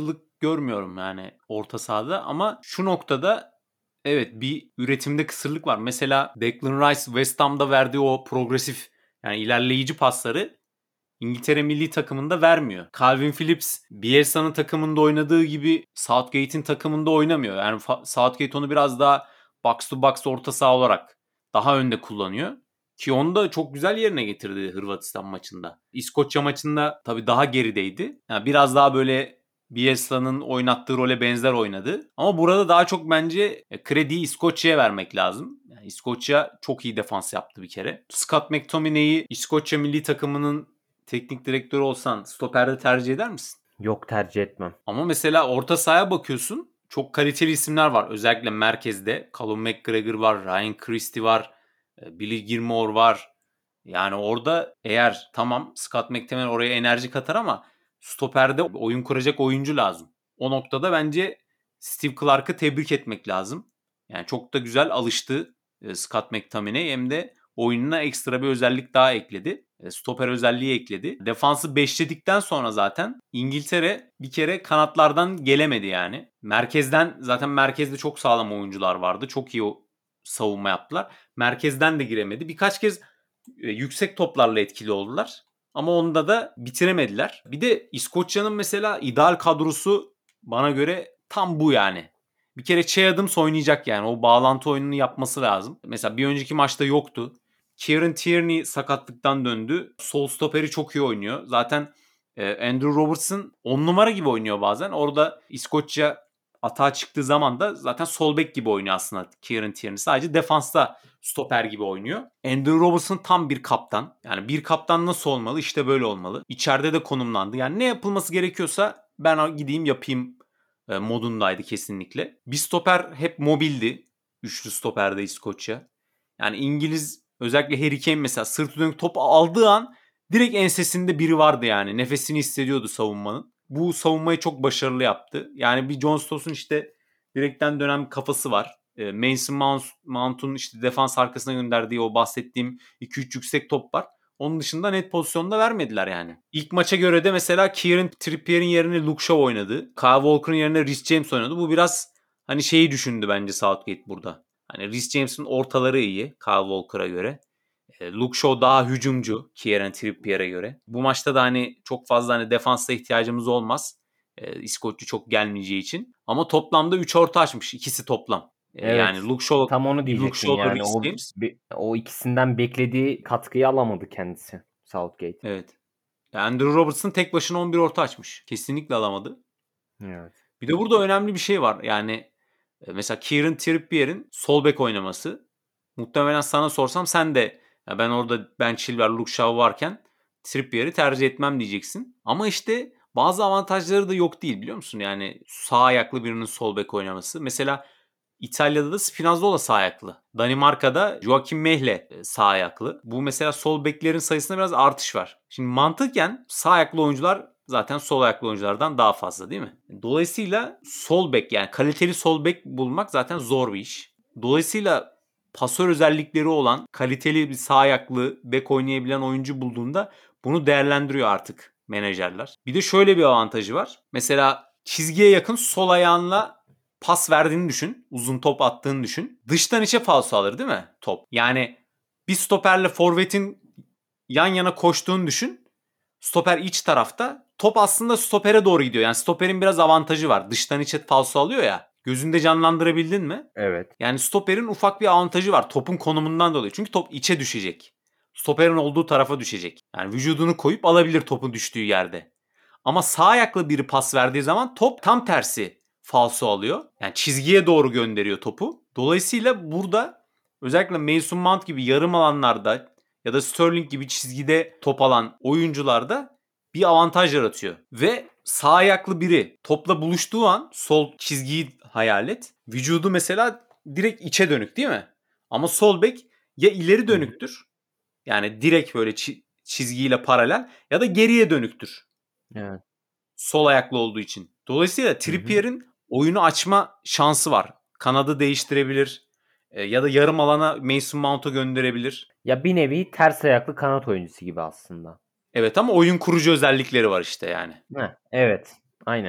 görmüyorum yani orta sahada ama şu noktada evet bir üretimde kısırlık var. Mesela Declan Rice West Ham'da verdiği o progresif yani ilerleyici pasları İngiltere milli takımında vermiyor. Calvin Phillips Bielsa'nın takımında oynadığı gibi Southgate'in takımında oynamıyor. Yani Southgate onu biraz daha box to box orta saha olarak daha önde kullanıyor. Ki onu da çok güzel yerine getirdi Hırvatistan maçında. İskoçya maçında tabii daha gerideydi. Yani biraz daha böyle Bielsa'nın oynattığı role benzer oynadı. Ama burada daha çok bence krediyi İskoçya'ya vermek lazım. Yani İskoçya çok iyi defans yaptı bir kere. Scott McTominay'i İskoçya milli takımının teknik direktörü olsan stoperde tercih eder misin? Yok, tercih etmem. Ama mesela orta sahaya bakıyorsun. Çok kaliteli isimler var. Özellikle merkezde. Callum McGregor var. Ryan Christie var. Billy Gilmore var. Yani orada eğer tamam Scott McTominay oraya enerji katar ama stoperde oyun kuracak oyuncu lazım. O noktada bence Steve Clark'ı tebrik etmek lazım. Yani çok da güzel alıştı Scott McTominay hem de oyununa ekstra bir özellik daha ekledi. Stoper özelliği ekledi. Defansı beşledikten sonra zaten İngiltere bir kere kanatlardan gelemedi yani. Merkezden zaten merkezde çok sağlam oyuncular vardı. Çok iyi savunma yaptılar. Merkezden de giremedi. Birkaç kez yüksek toplarla etkili oldular. Ama onda da bitiremediler. Bir de İskoçya'nın mesela ideal kadrosu bana göre tam bu yani. Bir kere Che Adams oynayacak yani. O bağlantı oyununu yapması lazım. Mesela bir önceki maçta yoktu. Kieran Tierney sakatlıktan döndü. Sol stoperi çok iyi oynuyor. Zaten Andrew Robertson 10 numara gibi oynuyor bazen. Orada İskoçya atağa çıktığı zaman da zaten sol bek gibi oynuyor aslında Kieran Tierney. Sadece defansta stoper gibi oynuyor. Andrew Robertson tam bir kaptan. Yani bir kaptan nasıl olmalı? İşte böyle olmalı. İçeride de konumlandı. Yani ne yapılması gerekiyorsa ben gideyim yapayım modundaydı kesinlikle. Bir stoper hep mobildi. Üçlü stoperde İskoçya. Yani İngiliz özellikle Harry Kane mesela sırtı dönük top aldığı an direkt ensesinde biri vardı yani. Nefesini hissediyordu savunmanın. Bu savunmayı çok başarılı yaptı. Yani bir John Stos'un işte direkten dönen kafası var. Mason Mount'un işte defans arkasına gönderdiği o bahsettiğim 2-3 yüksek top var. Onun dışında net pozisyonda vermediler yani. İlk maça göre de mesela Kieran Trippier'in yerine Luke Shaw oynadı. Kyle Walker'ın yerine Reece James oynadı. Bu biraz hani şeyi düşündü bence Southgate burada. Hani Reece James'in ortaları iyi Kyle Walker'a göre. Luke Shaw daha hücumcu Kieran Trippier'e göre. Bu maçta da hani çok fazla hani defansa ihtiyacımız olmaz. İskoçya çok gelmeyeceği için. Ama toplamda 3 orta açmış. İkisi toplam. Yani Evet. Tam onu Luke diyecektim Shaw'la yani. Reece O James. o ikisinden beklediği katkıyı alamadı kendisi Southgate. Evet. Andrew Robertson tek başına 11 orta açmış. Kesinlikle alamadı. Evet. Bir de burada önemli bir şey var. Yani mesela Kieran Trippier'in sol bek oynaması. Muhtemelen sana sorsam sen de ya ben orada Ben Chilwell, Luke Shaw varken Trippier'i tercih etmem diyeceksin. Ama işte bazı avantajları da yok değil biliyor musun? Yani sağ ayaklı birinin sol bek oynaması. Mesela İtalya'da da Spinazzola sağ ayaklı. Danimarka'da Joachim Mehle sağ ayaklı. Bu mesela sol beklerin sayısında biraz artış var. Şimdi mantıken sağ ayaklı oyuncular zaten sol ayaklı oyunculardan daha fazla değil mi? Dolayısıyla sol bek yani kaliteli sol bek bulmak zaten zor bir iş. Dolayısıyla pasör özellikleri olan kaliteli bir sağ ayaklı bek oynayabilen oyuncu bulduğunda bunu değerlendiriyor artık menajerler. Bir de şöyle bir avantajı var. Mesela çizgiye yakın sol ayağınla pas verdiğini düşün. Uzun top attığını düşün. Dıştan içe falso alır değil mi top? Yani bir stoperle forvetin yan yana koştuğunu düşün. Stoper iç tarafta. Top aslında stopere doğru gidiyor. Yani stoperin biraz avantajı var. Dıştan içe falso alıyor ya. Gözünde canlandırabildin mi? Evet. Yani stoperin ufak bir avantajı var. Topun konumundan dolayı. Çünkü top içe düşecek. Stoperin olduğu tarafa düşecek. Yani vücudunu koyup alabilir topun düştüğü yerde. Ama sağ ayaklı biri pas verdiği zaman top tam tersi falso alıyor. Yani çizgiye doğru gönderiyor topu. Dolayısıyla burada özellikle Mason Mount gibi yarım alanlarda ya da Sterling gibi çizgide top alan oyuncularda bir avantaj yaratıyor. Ve sağ ayaklı biri topla buluştuğu an sol çizgiyi hayal et. Vücudu mesela direkt içe dönük değil mi? Ama sol bek ya ileri Hı hı. dönüktür. Yani direkt böyle çizgiyle paralel ya da geriye dönüktür. Evet. Sol ayaklı olduğu için. Dolayısıyla Hı hı. Trippier'in oyunu açma şansı var. Kanadı değiştirebilir. Ya da yarım alana Mason Mount'a gönderebilir. Ya bir nevi ters ayaklı kanat oyuncusu gibi aslında. Evet ama oyun kurucu özellikleri var işte yani. Heh, evet. Aynen.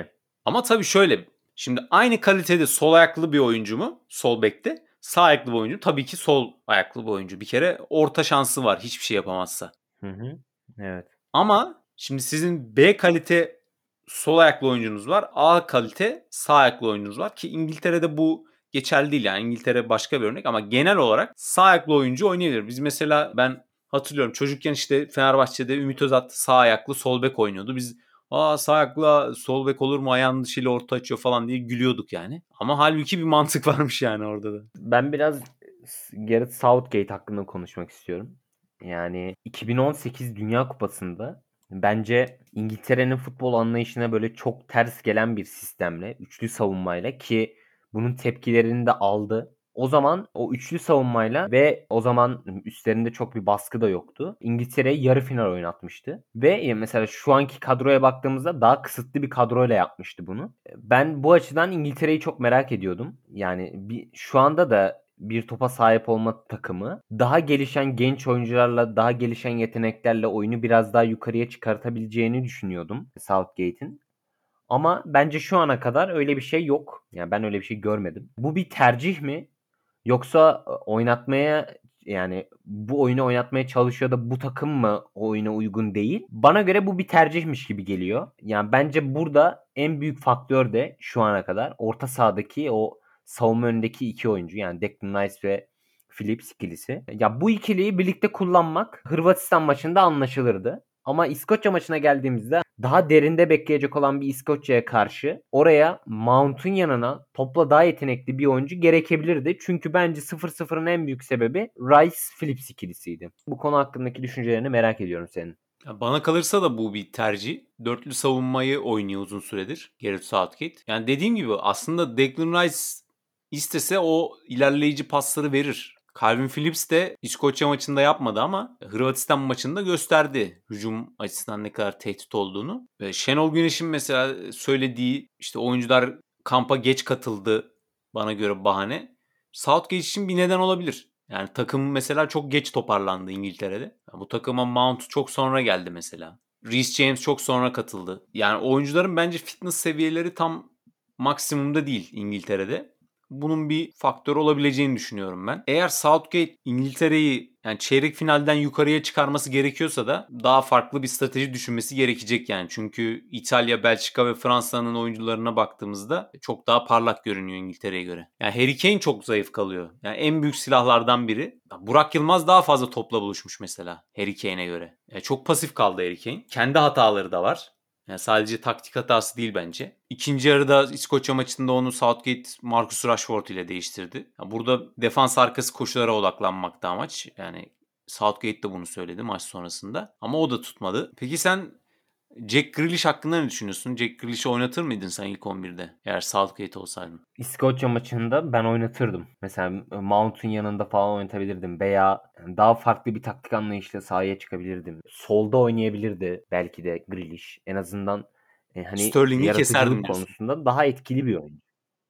Ama tabii şöyle. Şimdi aynı kalitede sol ayaklı bir oyuncu mu? Sol bekte. Sağ ayaklı bir oyuncu. Tabii ki sol ayaklı bir oyuncu. Bir kere orta şansı var hiçbir şey yapamazsa. Hı hı. Evet. Ama şimdi sizin B kalite sol ayaklı oyuncunuz var. A kalite sağ ayaklı oyuncunuz var. Ki İngiltere'de bu geçerli değil yani. İngiltere başka bir örnek ama genel olarak sağ ayaklı oyuncu oynayabilir. Biz mesela ben hatırlıyorum çocukken işte Fenerbahçe'de Ümit Özat sağ ayaklı sol bek oynuyordu. Biz sağ ayaklı sol bek olur mu ayağının dışıyla orta açıyor falan diye gülüyorduk yani. Ama halbuki bir mantık varmış yani orada da. Ben biraz Gareth Southgate hakkında konuşmak istiyorum. Yani 2018 Dünya Kupası'nda bence İngiltere'nin futbol anlayışına böyle çok ters gelen bir sistemle, üçlü savunmayla ki bunun tepkilerini de aldı. O zaman o üçlü savunmayla ve o zaman üstlerinde çok bir baskı da yoktu. İngiltere'yi yarı final oynatmıştı. Ve mesela şu anki kadroya baktığımızda daha kısıtlı bir kadroyla yapmıştı bunu. Ben bu açıdan İngiltere'yi çok merak ediyordum. Yani şu anda da bir topa sahip olma takımı daha gelişen genç oyuncularla, daha gelişen yeteneklerle oyunu biraz daha yukarıya çıkartabileceğini düşünüyordum Southgate'in. Ama bence şu ana kadar öyle bir şey yok. Yani ben öyle bir şey görmedim. Bu bir tercih mi? Yoksa oynatmaya yani bu oyunu oynatmaya çalışıyor da bu takım mı o oyuna uygun değil? Bana göre bu bir tercihmiş gibi geliyor. Yani bence burada en büyük faktör de şu ana kadar orta sahadaki o savunma önündeki iki oyuncu yani Declan Rice ve Phillips ikilisi. Ya bu ikiliyi birlikte kullanmak Hırvatistan maçında anlaşılırdı. Ama İskoçya maçına geldiğimizde daha derinde bekleyecek olan bir İskoçya'ya karşı oraya Mount'un yanına topla daha yetenekli bir oyuncu gerekebilirdi. Çünkü bence 0-0'ın en büyük sebebi Rice-Phillips ikilisiydi. Bu konu hakkındaki düşüncelerini merak ediyorum senin. Ya bana kalırsa da bu bir tercih. Dörtlü savunmayı oynuyor uzun süredir Gareth Southgate. Yani dediğim gibi aslında Declan Rice istese o ilerleyici pasları verir. Calvin Phillips de İskoçya maçında yapmadı ama Hırvatistan maçında gösterdi hücum açısından ne kadar tehdit olduğunu. Ve Şenol Güneş'in mesela söylediği işte oyuncular kampa geç katıldı bana göre bahane. Southgate için bir neden olabilir. Yani takım mesela çok geç toparlandı İngiltere'de. Yani bu takıma Mount çok sonra geldi mesela. Reece James çok sonra katıldı. Yani oyuncuların bence fitness seviyeleri tam maksimumda değil İngiltere'de. Bunun bir faktör olabileceğini düşünüyorum ben. Eğer Southgate İngiltere'yi yani çeyrek finalden yukarıya çıkarması gerekiyorsa da daha farklı bir strateji düşünmesi gerekecek yani. Çünkü İtalya, Belçika ve Fransa'nın oyuncularına baktığımızda çok daha parlak görünüyor İngiltere'ye göre. Yani Harry Kane çok zayıf kalıyor. Yani en büyük silahlardan biri. Burak Yılmaz daha fazla topla buluşmuş mesela Harry Kane'e göre. Yani çok pasif kaldı Harry Kane. Kendi hataları da var. Yani sadece taktik hatası değil bence. İkinci yarıda İskoçya maçında onu Southgate Marcus Rashford ile değiştirdi. Yani burada defans arkası koşulara odaklanmakta amaç. Yani Southgate de bunu söyledi maç sonrasında. Ama o da tutmadı. Peki sen Jack Grealish hakkında ne düşünüyorsun? Jack Grealish'i oynatır mıydın sen ilk 11'de eğer Southgate olsaydın? İskoçya maçında ben oynatırdım. Mesela Mount'un yanında falan oynatabilirdim veya daha farklı bir taktik anlayışla sahaya çıkabilirdim. Solda oynayabilirdi belki de Grealish. En azından hani Sterling'i keserdin yaratıcılık diyorsun. konusunda daha etkili bir oyuncu.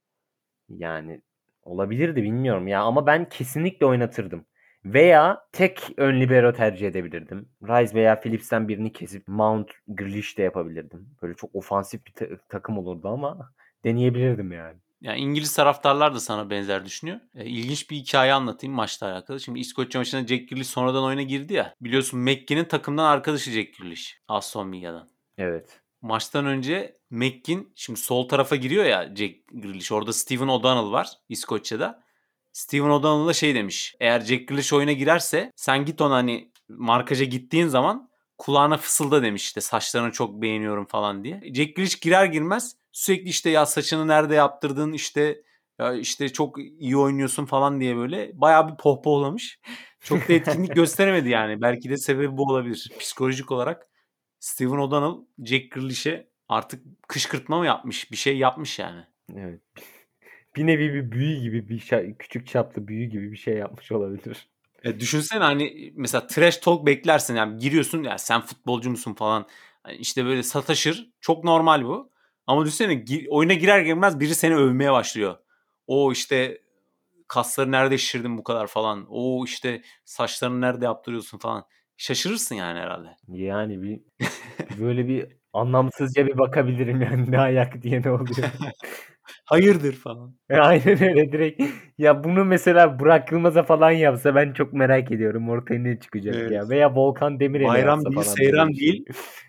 Yani olabilirdi bilmiyorum ya ama ben kesinlikle oynatırdım. Veya tek ön libero tercih edebilirdim. Rice veya Phillips'ten birini kesip Mount Grealish de yapabilirdim. Böyle çok ofansif bir takım olurdu ama deneyebilirdim yani. Yani İngiliz taraftarlar da sana benzer düşünüyor. İlginç bir hikaye anlatayım maçla alakalı. Şimdi İskoçya maçında Jack Grealish sonradan oyuna girdi ya. Biliyorsun McGinn'in takımdan arkadaşı Jack Grealish. Aston Villa'dan. Evet. Maçtan önce McGinn şimdi sol tarafa giriyor ya Jack Grealish. Orada Steven O'Donnell var İskoçya'da. Steven O'Donnell'a şey demiş. Eğer Jack Grealish oyuna girerse sen git ona hani markaja gittiğin zaman kulağına fısılda demiş işte saçlarını çok beğeniyorum falan diye. Jack Grealish girer girmez sürekli işte ya saçını nerede yaptırdın işte ya işte çok iyi oynuyorsun falan diye böyle bayağı bir pohpohlamış. Çok da etkinlik gösteremedi yani. Belki de sebebi bu olabilir. Psikolojik olarak Steven O'Donnell Jack Grealish'e artık kışkırtma mı yapmış? Bir şey yapmış yani. Evet. Bir nevi bir büyü gibi bir şey, küçük çaplı büyü gibi bir şey yapmış olabilir. Düşünsene hani mesela trash talk beklersin yani giriyorsun ya sen futbolcu musun falan. Hani işte böyle sataşır. Çok normal bu. Ama düşünsene oyuna girer girmez biri seni övmeye başlıyor. O işte kasları nerede şişirdin bu kadar falan. O işte saçlarını nerede yaptırıyorsun falan. Şaşırırsın yani herhalde. Yani bir böyle bir Anlamsızca bir bakabilirim yani ne ayak diye ne oluyor? Hayırdır falan. Aynen öyle direkt. Ya bunu mesela Burak Yılmaz'a falan yapsa ben çok merak ediyorum ortaya ne çıkacak Evet. ya. Veya Volkan Demirel'e Bayram yapsa değil, falan böyle bir seyran şey. değil.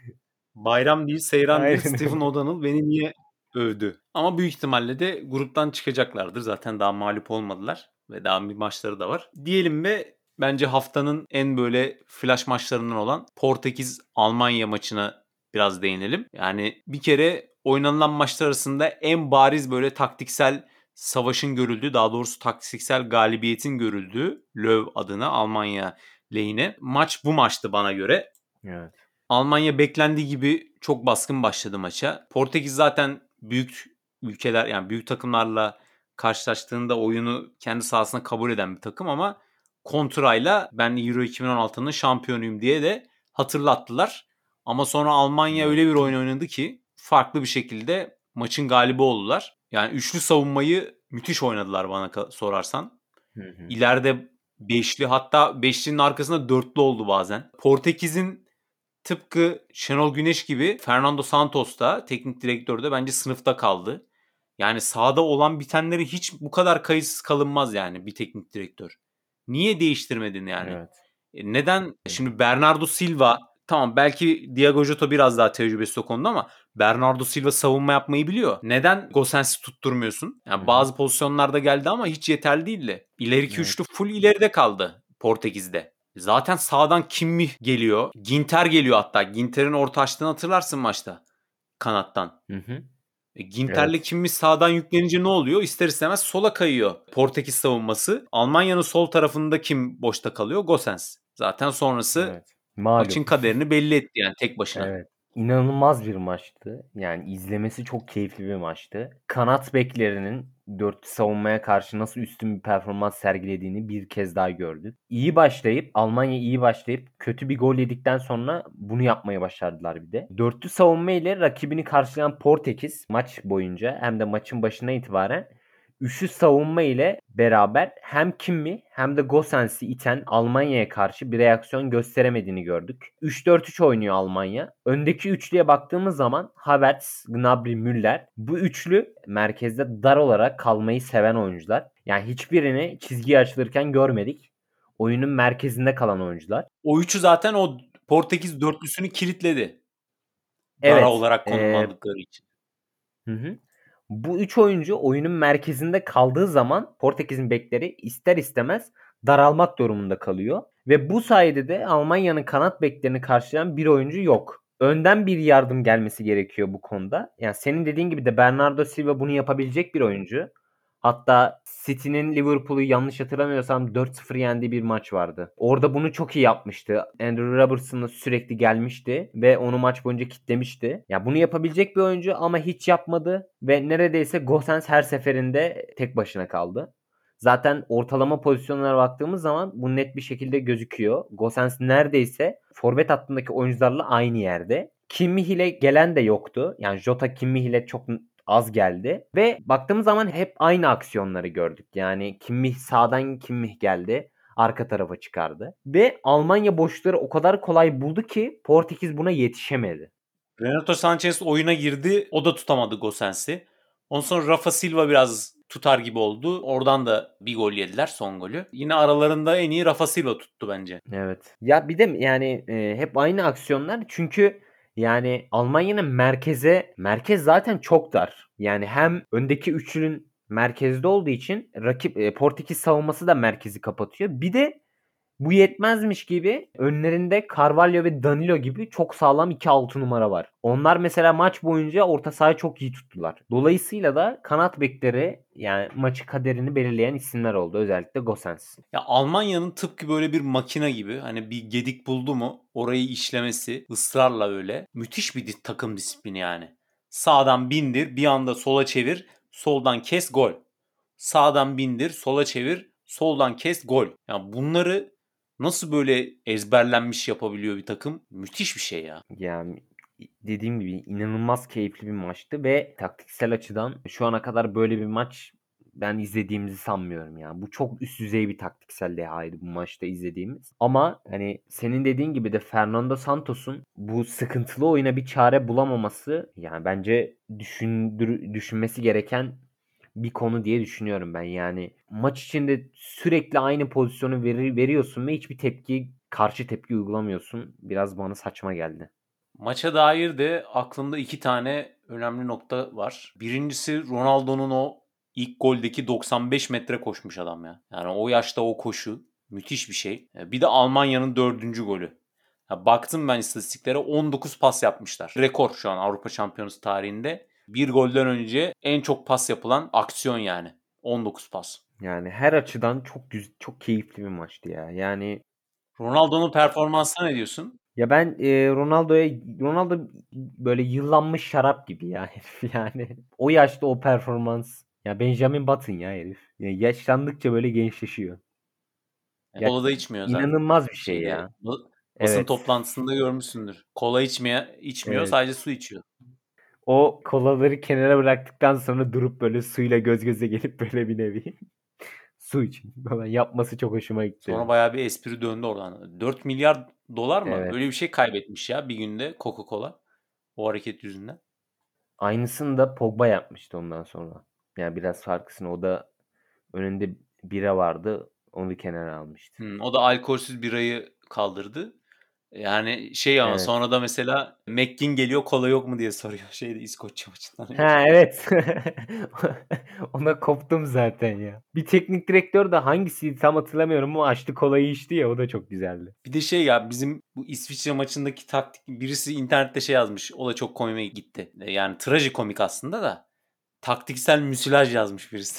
Bayram değil, seyran değil. Aynen Stephen öyle. O'Donnell beni niye övdü? Ama büyük ihtimalle de gruptan çıkacaklardır. Zaten daha mağlup olmadılar. Ve daha bir maçları da var. Diyelim ve bence haftanın en böyle flash maçlarından olan Portekiz-Almanya maçına biraz değinelim. Yani bir kere oynanılan maçlar arasında en bariz böyle taktiksel savaşın görüldüğü, daha doğrusu taktiksel galibiyetin görüldüğü Löw adına Almanya lehine. Maç bu maçtı bana göre. Evet. Almanya beklendiği gibi çok baskın başladı maça. Portekiz zaten büyük ülkeler yani büyük takımlarla karşılaştığında oyunu kendi sahasına kabul eden bir takım ama kontrayla ben Euro 2016'nın şampiyonuyum diye de hatırlattılar. Ama sonra Almanya Evet. öyle bir oyun oynadı ki farklı bir şekilde maçın galibi oldular. Yani üçlü savunmayı müthiş oynadılar bana sorarsan. Hı hı. İleride beşli hatta beşlinin arkasında dörtlü oldu bazen. Portekiz'in tıpkı Şenol Güneş gibi Fernando Santos da teknik direktör de bence sınıfta kaldı. Yani sahada olan bitenleri hiç bu kadar kayıtsız kalınmaz yani bir teknik direktör. Niye değiştirmedin yani? Evet. Neden Hı hı. şimdi Bernardo Silva tamam belki Thiago Jota biraz daha tecrübesi o konuda ama Bernardo Silva savunma yapmayı biliyor. Neden Gosens'i tutturmuyorsun? Hı Yani hı. bazı pozisyonlarda geldi ama hiç yeterli değildi. İleriki Evet. üçlü full ileride kaldı Portekiz'de. Zaten sağdan Kimmih geliyor. Ginter geliyor hatta. Ginter'in orta açtığını hatırlarsın maçta kanattan. Hı hı. Ginter'le Evet. Kimmich sağdan yüklenince ne oluyor? İster istemez sola kayıyor Portekiz savunması. Almanya'nın sol tarafında kim boşta kalıyor? Gosens. Zaten sonrası Evet. Malum. maçın kaderini belli etti yani tek başına. Evet. İnanılmaz bir maçtı. Yani izlemesi çok keyifli bir maçtı. Kanat beklerinin dörtlü savunmaya karşı nasıl üstün bir performans sergilediğini bir kez daha gördük. Almanya iyi başlayıp kötü bir gol yedikten sonra bunu yapmayı başardılar bir de. Dörtlü savunma ile rakibini karşılayan Portekiz maç boyunca hem de maçın başına itibaren üçlü savunma ile beraber hem Kimmich hem de Gosens'i iten Almanya'ya karşı bir reaksiyon gösteremediğini gördük. 3-4-3 oynuyor Almanya. Öndeki üçlüye baktığımız zaman Havertz, Gnabry, Müller bu üçlü merkezde dar olarak kalmayı seven oyuncular. Yani hiçbirini çizgiye açılırken görmedik. Oyunun merkezinde kalan oyuncular. O üçü zaten o Portekiz dörtlüsünü kilitledi. Dara Evet, olarak konumlandıkları için. hı hı. Bu 3 oyuncu oyunun merkezinde kaldığı zaman Portekiz'in bekleri ister istemez daralmak durumunda kalıyor. Ve bu sayede de Almanya'nın kanat beklerini karşılayan bir oyuncu yok. Önden bir yardım gelmesi gerekiyor bu konuda. Yani senin dediğin gibi de Bernardo Silva bunu yapabilecek bir oyuncu. Hatta City'nin Liverpool'u yanlış hatırlamıyorsam 4-0 yendiği bir maç vardı. Orada bunu çok iyi yapmıştı. Andrew Robertson sürekli gelmişti ve onu maç boyunca kitlemişti. Ya bunu yapabilecek bir oyuncu ama hiç yapmadı ve neredeyse Gosens her seferinde tek başına kaldı. Zaten ortalama pozisyonlara baktığımız zaman bu net bir şekilde gözüküyor. Gosens neredeyse forvet hattındaki oyuncularla aynı yerde. Kimmich ile gelen de yoktu. Yani Jota Kimmich ile çok az geldi. Ve baktığımız zaman hep aynı aksiyonları gördük. Yani Kimmich sağdan Kimmich geldi. Arka tarafa çıkardı. Ve Almanya boşlukları o kadar kolay buldu ki Portekiz buna yetişemedi. Renato Sanchez oyuna girdi. O da tutamadı Gosens'i. Ondan sonra Rafa Silva biraz tutar gibi oldu. Oradan da bir gol yediler son golü. Yine aralarında en iyi Rafa Silva tuttu bence. Evet. Ya bir de yani hep aynı aksiyonlar. Çünkü yani Almanya'nın merkez zaten çok dar. Yani hem öndeki üçlünün merkezde olduğu için rakip Portekiz savunması da merkezi kapatıyor. Bir de bu yetmezmiş gibi önlerinde Carvalho ve Danilo gibi çok sağlam 2 altı numara var. Onlar mesela maç boyunca orta sahayı çok iyi tuttular. Dolayısıyla da kanat bekleri yani maçı kaderini belirleyen isimler oldu. Özellikle Gosens. Ya Almanya'nın tıpkı böyle bir makine gibi hani bir gedik buldu mu orayı işlemesi ısrarla öyle müthiş bir takım disiplini yani. Sağdan bindir bir anda sola çevir soldan kes gol. Sağdan bindir sola çevir soldan kes gol. Yani bunları nasıl böyle ezberlenmiş yapabiliyor bir takım? Müthiş bir şey ya. Yani dediğim gibi inanılmaz keyifli bir maçtı ve taktiksel açıdan şu ana kadar böyle bir maç ben izlediğimizi sanmıyorum ya. Bu çok üst düzey bir taktiksel dehaydı bu maçta izlediğimiz. Ama hani senin dediğin gibi de Fernando Santos'un bu sıkıntılı oyuna bir çare bulamaması yani bence düşünmesi gereken bir konu diye düşünüyorum ben. Yani maç içinde sürekli aynı pozisyonu veriyorsun ve hiçbir karşı tepki uygulamıyorsun. Biraz bana saçma geldi. Maça dair de aklımda 2 tane önemli nokta var. Birincisi Ronaldo'nun o ilk goldeki 95 metre koşmuş adam ya. Yani o yaşta o koşu müthiş bir şey. Bir de Almanya'nın 4. golü. Ya baktım ben istatistiklere 19 pas yapmışlar. Rekor şu an Avrupa Şampiyonası tarihinde. Bir golden önce en çok pas yapılan aksiyon yani. 19 pas. Yani her açıdan çok keyifli bir maçtı ya. Yani Ronaldo'nun performansına ne diyorsun? ya ben Ronaldo böyle yıllanmış şarap gibi ya herif yani. O yaşta o performans. Ya Benjamin Button ya herif. Ya yaşlandıkça böyle gençleşiyor. Kola da Gerçekten içmiyor zaten. inanılmaz bir şey Şeyde ya. basın Evet. toplantısında görmüşsündür. Kola içmiyor, Evet. sadece su içiyor. O kolaları kenara bıraktıktan sonra durup böyle suyla göz göze gelip böyle bir nevi su için falan yapması çok hoşuma gitti Sonra benim. bayağı bir espri döndü oradan. 4 milyar dolar mı? Evet. Öyle bir şey kaybetmiş ya bir günde Coca-Cola. O hareket yüzünden. Aynısını da Pogba yapmıştı ondan sonra. Yani biraz farklısını o da önünde bira vardı. Onu kenara almıştı. O da alkolsüz birayı kaldırdı. Yani şey ama Evet. sonra da mesela McGinn geliyor kola yok mu diye soruyor. Şeyde İskoçya maçından önce. Ha evet. Ona koptum zaten ya. Bir teknik direktör de hangisiydi tam hatırlamıyorum ama açtı kolayı içti ya o da çok güzeldi. Bir de şey ya bizim bu İsviçre maçındaki taktik birisi internette şey yazmış. O da çok komiğime gitti. Yani trajikomik aslında da. Taktiksel müsilaj yazmış birisi.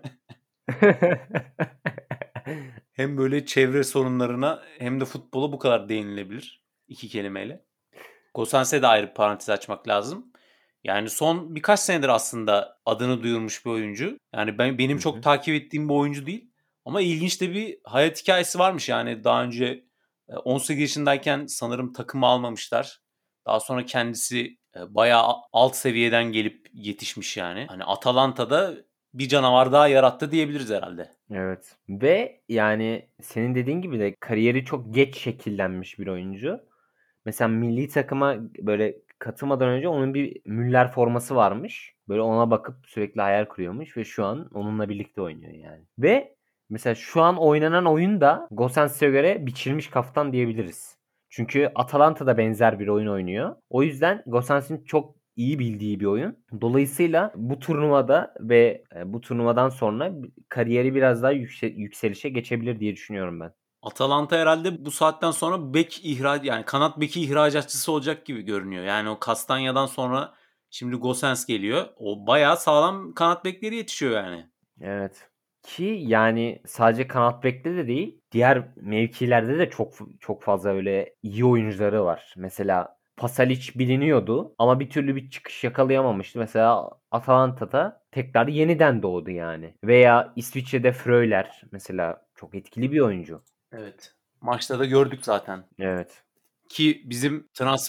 Hem böyle çevre sorunlarına hem de futbola bu kadar değinilebilir. 2 kelimeyle. Gosens'e de ayrı bir parantez açmak lazım. Yani son birkaç senedir aslında adını duyurmuş bir oyuncu. Yani benim Hı çok hı. takip ettiğim bir oyuncu değil. Ama ilginç de bir hayat hikayesi varmış. Yani daha önce 18 yaşındayken sanırım takımı almamışlar. Daha sonra kendisi bayağı alt seviyeden gelip yetişmiş yani. Hani Atalanta'da bir canavar daha yarattı diyebiliriz herhalde. Evet. Ve yani senin dediğin gibi de kariyeri çok geç şekillenmiş bir oyuncu. Mesela milli takıma böyle katılmadan önce onun bir Müller forması varmış. Böyle ona bakıp sürekli hayal kuruyormuş ve şu an onunla birlikte oynuyor yani. Ve mesela şu an oynanan oyun da Gosens'e göre biçilmiş kaftan diyebiliriz. Çünkü Atalanta da benzer bir oyun oynuyor. O yüzden Gosens'in çok iyi bildiği bir oyun. Dolayısıyla bu turnuvada ve bu turnuvadan sonra kariyeri biraz daha yükselişe geçebilir diye düşünüyorum ben. Atalanta herhalde bu saatten sonra yani kanat beki ihracatçısı olacak gibi görünüyor. Yani o Castanya'dan sonra şimdi Gosens geliyor. O bayağı sağlam kanat bekleri yetişiyor yani. Evet. Ki yani sadece kanat bekte de değil, diğer mevkilerde de çok fazla öyle iyi oyuncuları var. Mesela Pasalic biliniyordu ama bir türlü bir çıkış yakalayamamıştı. Mesela Atalanta'da tekrar yeniden doğdu yani. Veya İsviçre'de Freuler mesela çok etkili bir oyuncu. Evet. Maçta da gördük zaten. Evet. Ki bizim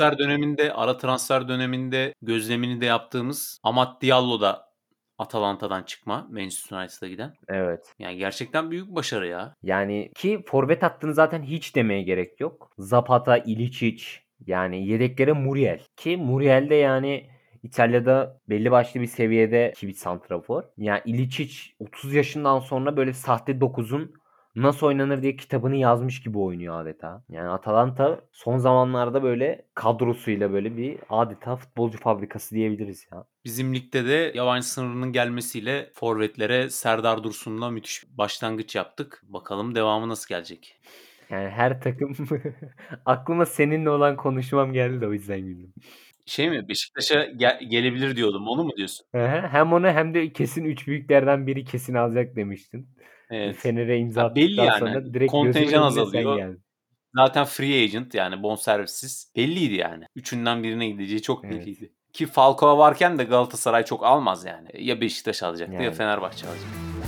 ara transfer döneminde gözlemini de yaptığımız Amad Diallo da Atalanta'dan çıkma, Manchester United'a giden. Evet. Yani gerçekten büyük başarı ya. Yani ki forvet hattını zaten hiç demeye gerek yok. Zapata, Ilicic yani yedeklere Muriel. Ki Muriel de yani İtalya'da belli başlı bir seviyede ki bir santrafor. Yani Ilicic 30 yaşından sonra böyle sahte dokuzun nasıl oynanır diye kitabını yazmış gibi oynuyor adeta. Yani Atalanta son zamanlarda böyle kadrosuyla böyle bir adeta futbolcu fabrikası diyebiliriz ya. Bizim ligde de yabancı sınırının gelmesiyle forvetlere Serdar Dursun'la müthiş bir başlangıç yaptık. Bakalım devamı nasıl gelecek. Yani her takım aklıma seninle olan konuşmam geldi de o yüzden güldüm. Şey mi Beşiktaş'a gelebilir diyordum. Onu mu diyorsun? Hı hı. Hem onu hem de kesin üç büyüklerden biri kesin alacak demiştin. Evet. Fener'e imza Ya belli attıktan yani. sonra direkt gözümün Kontenjan önüne sen azalıyor. geldin. Zaten free agent yani bonservissiz. Belliydi yani. Üçünden birine gideceği çok Evet. belliydi. Ki Falcao varken de Galatasaray çok almaz yani. Ya Beşiktaş alacaktı ya Yani. Fenerbahçe alacaktı.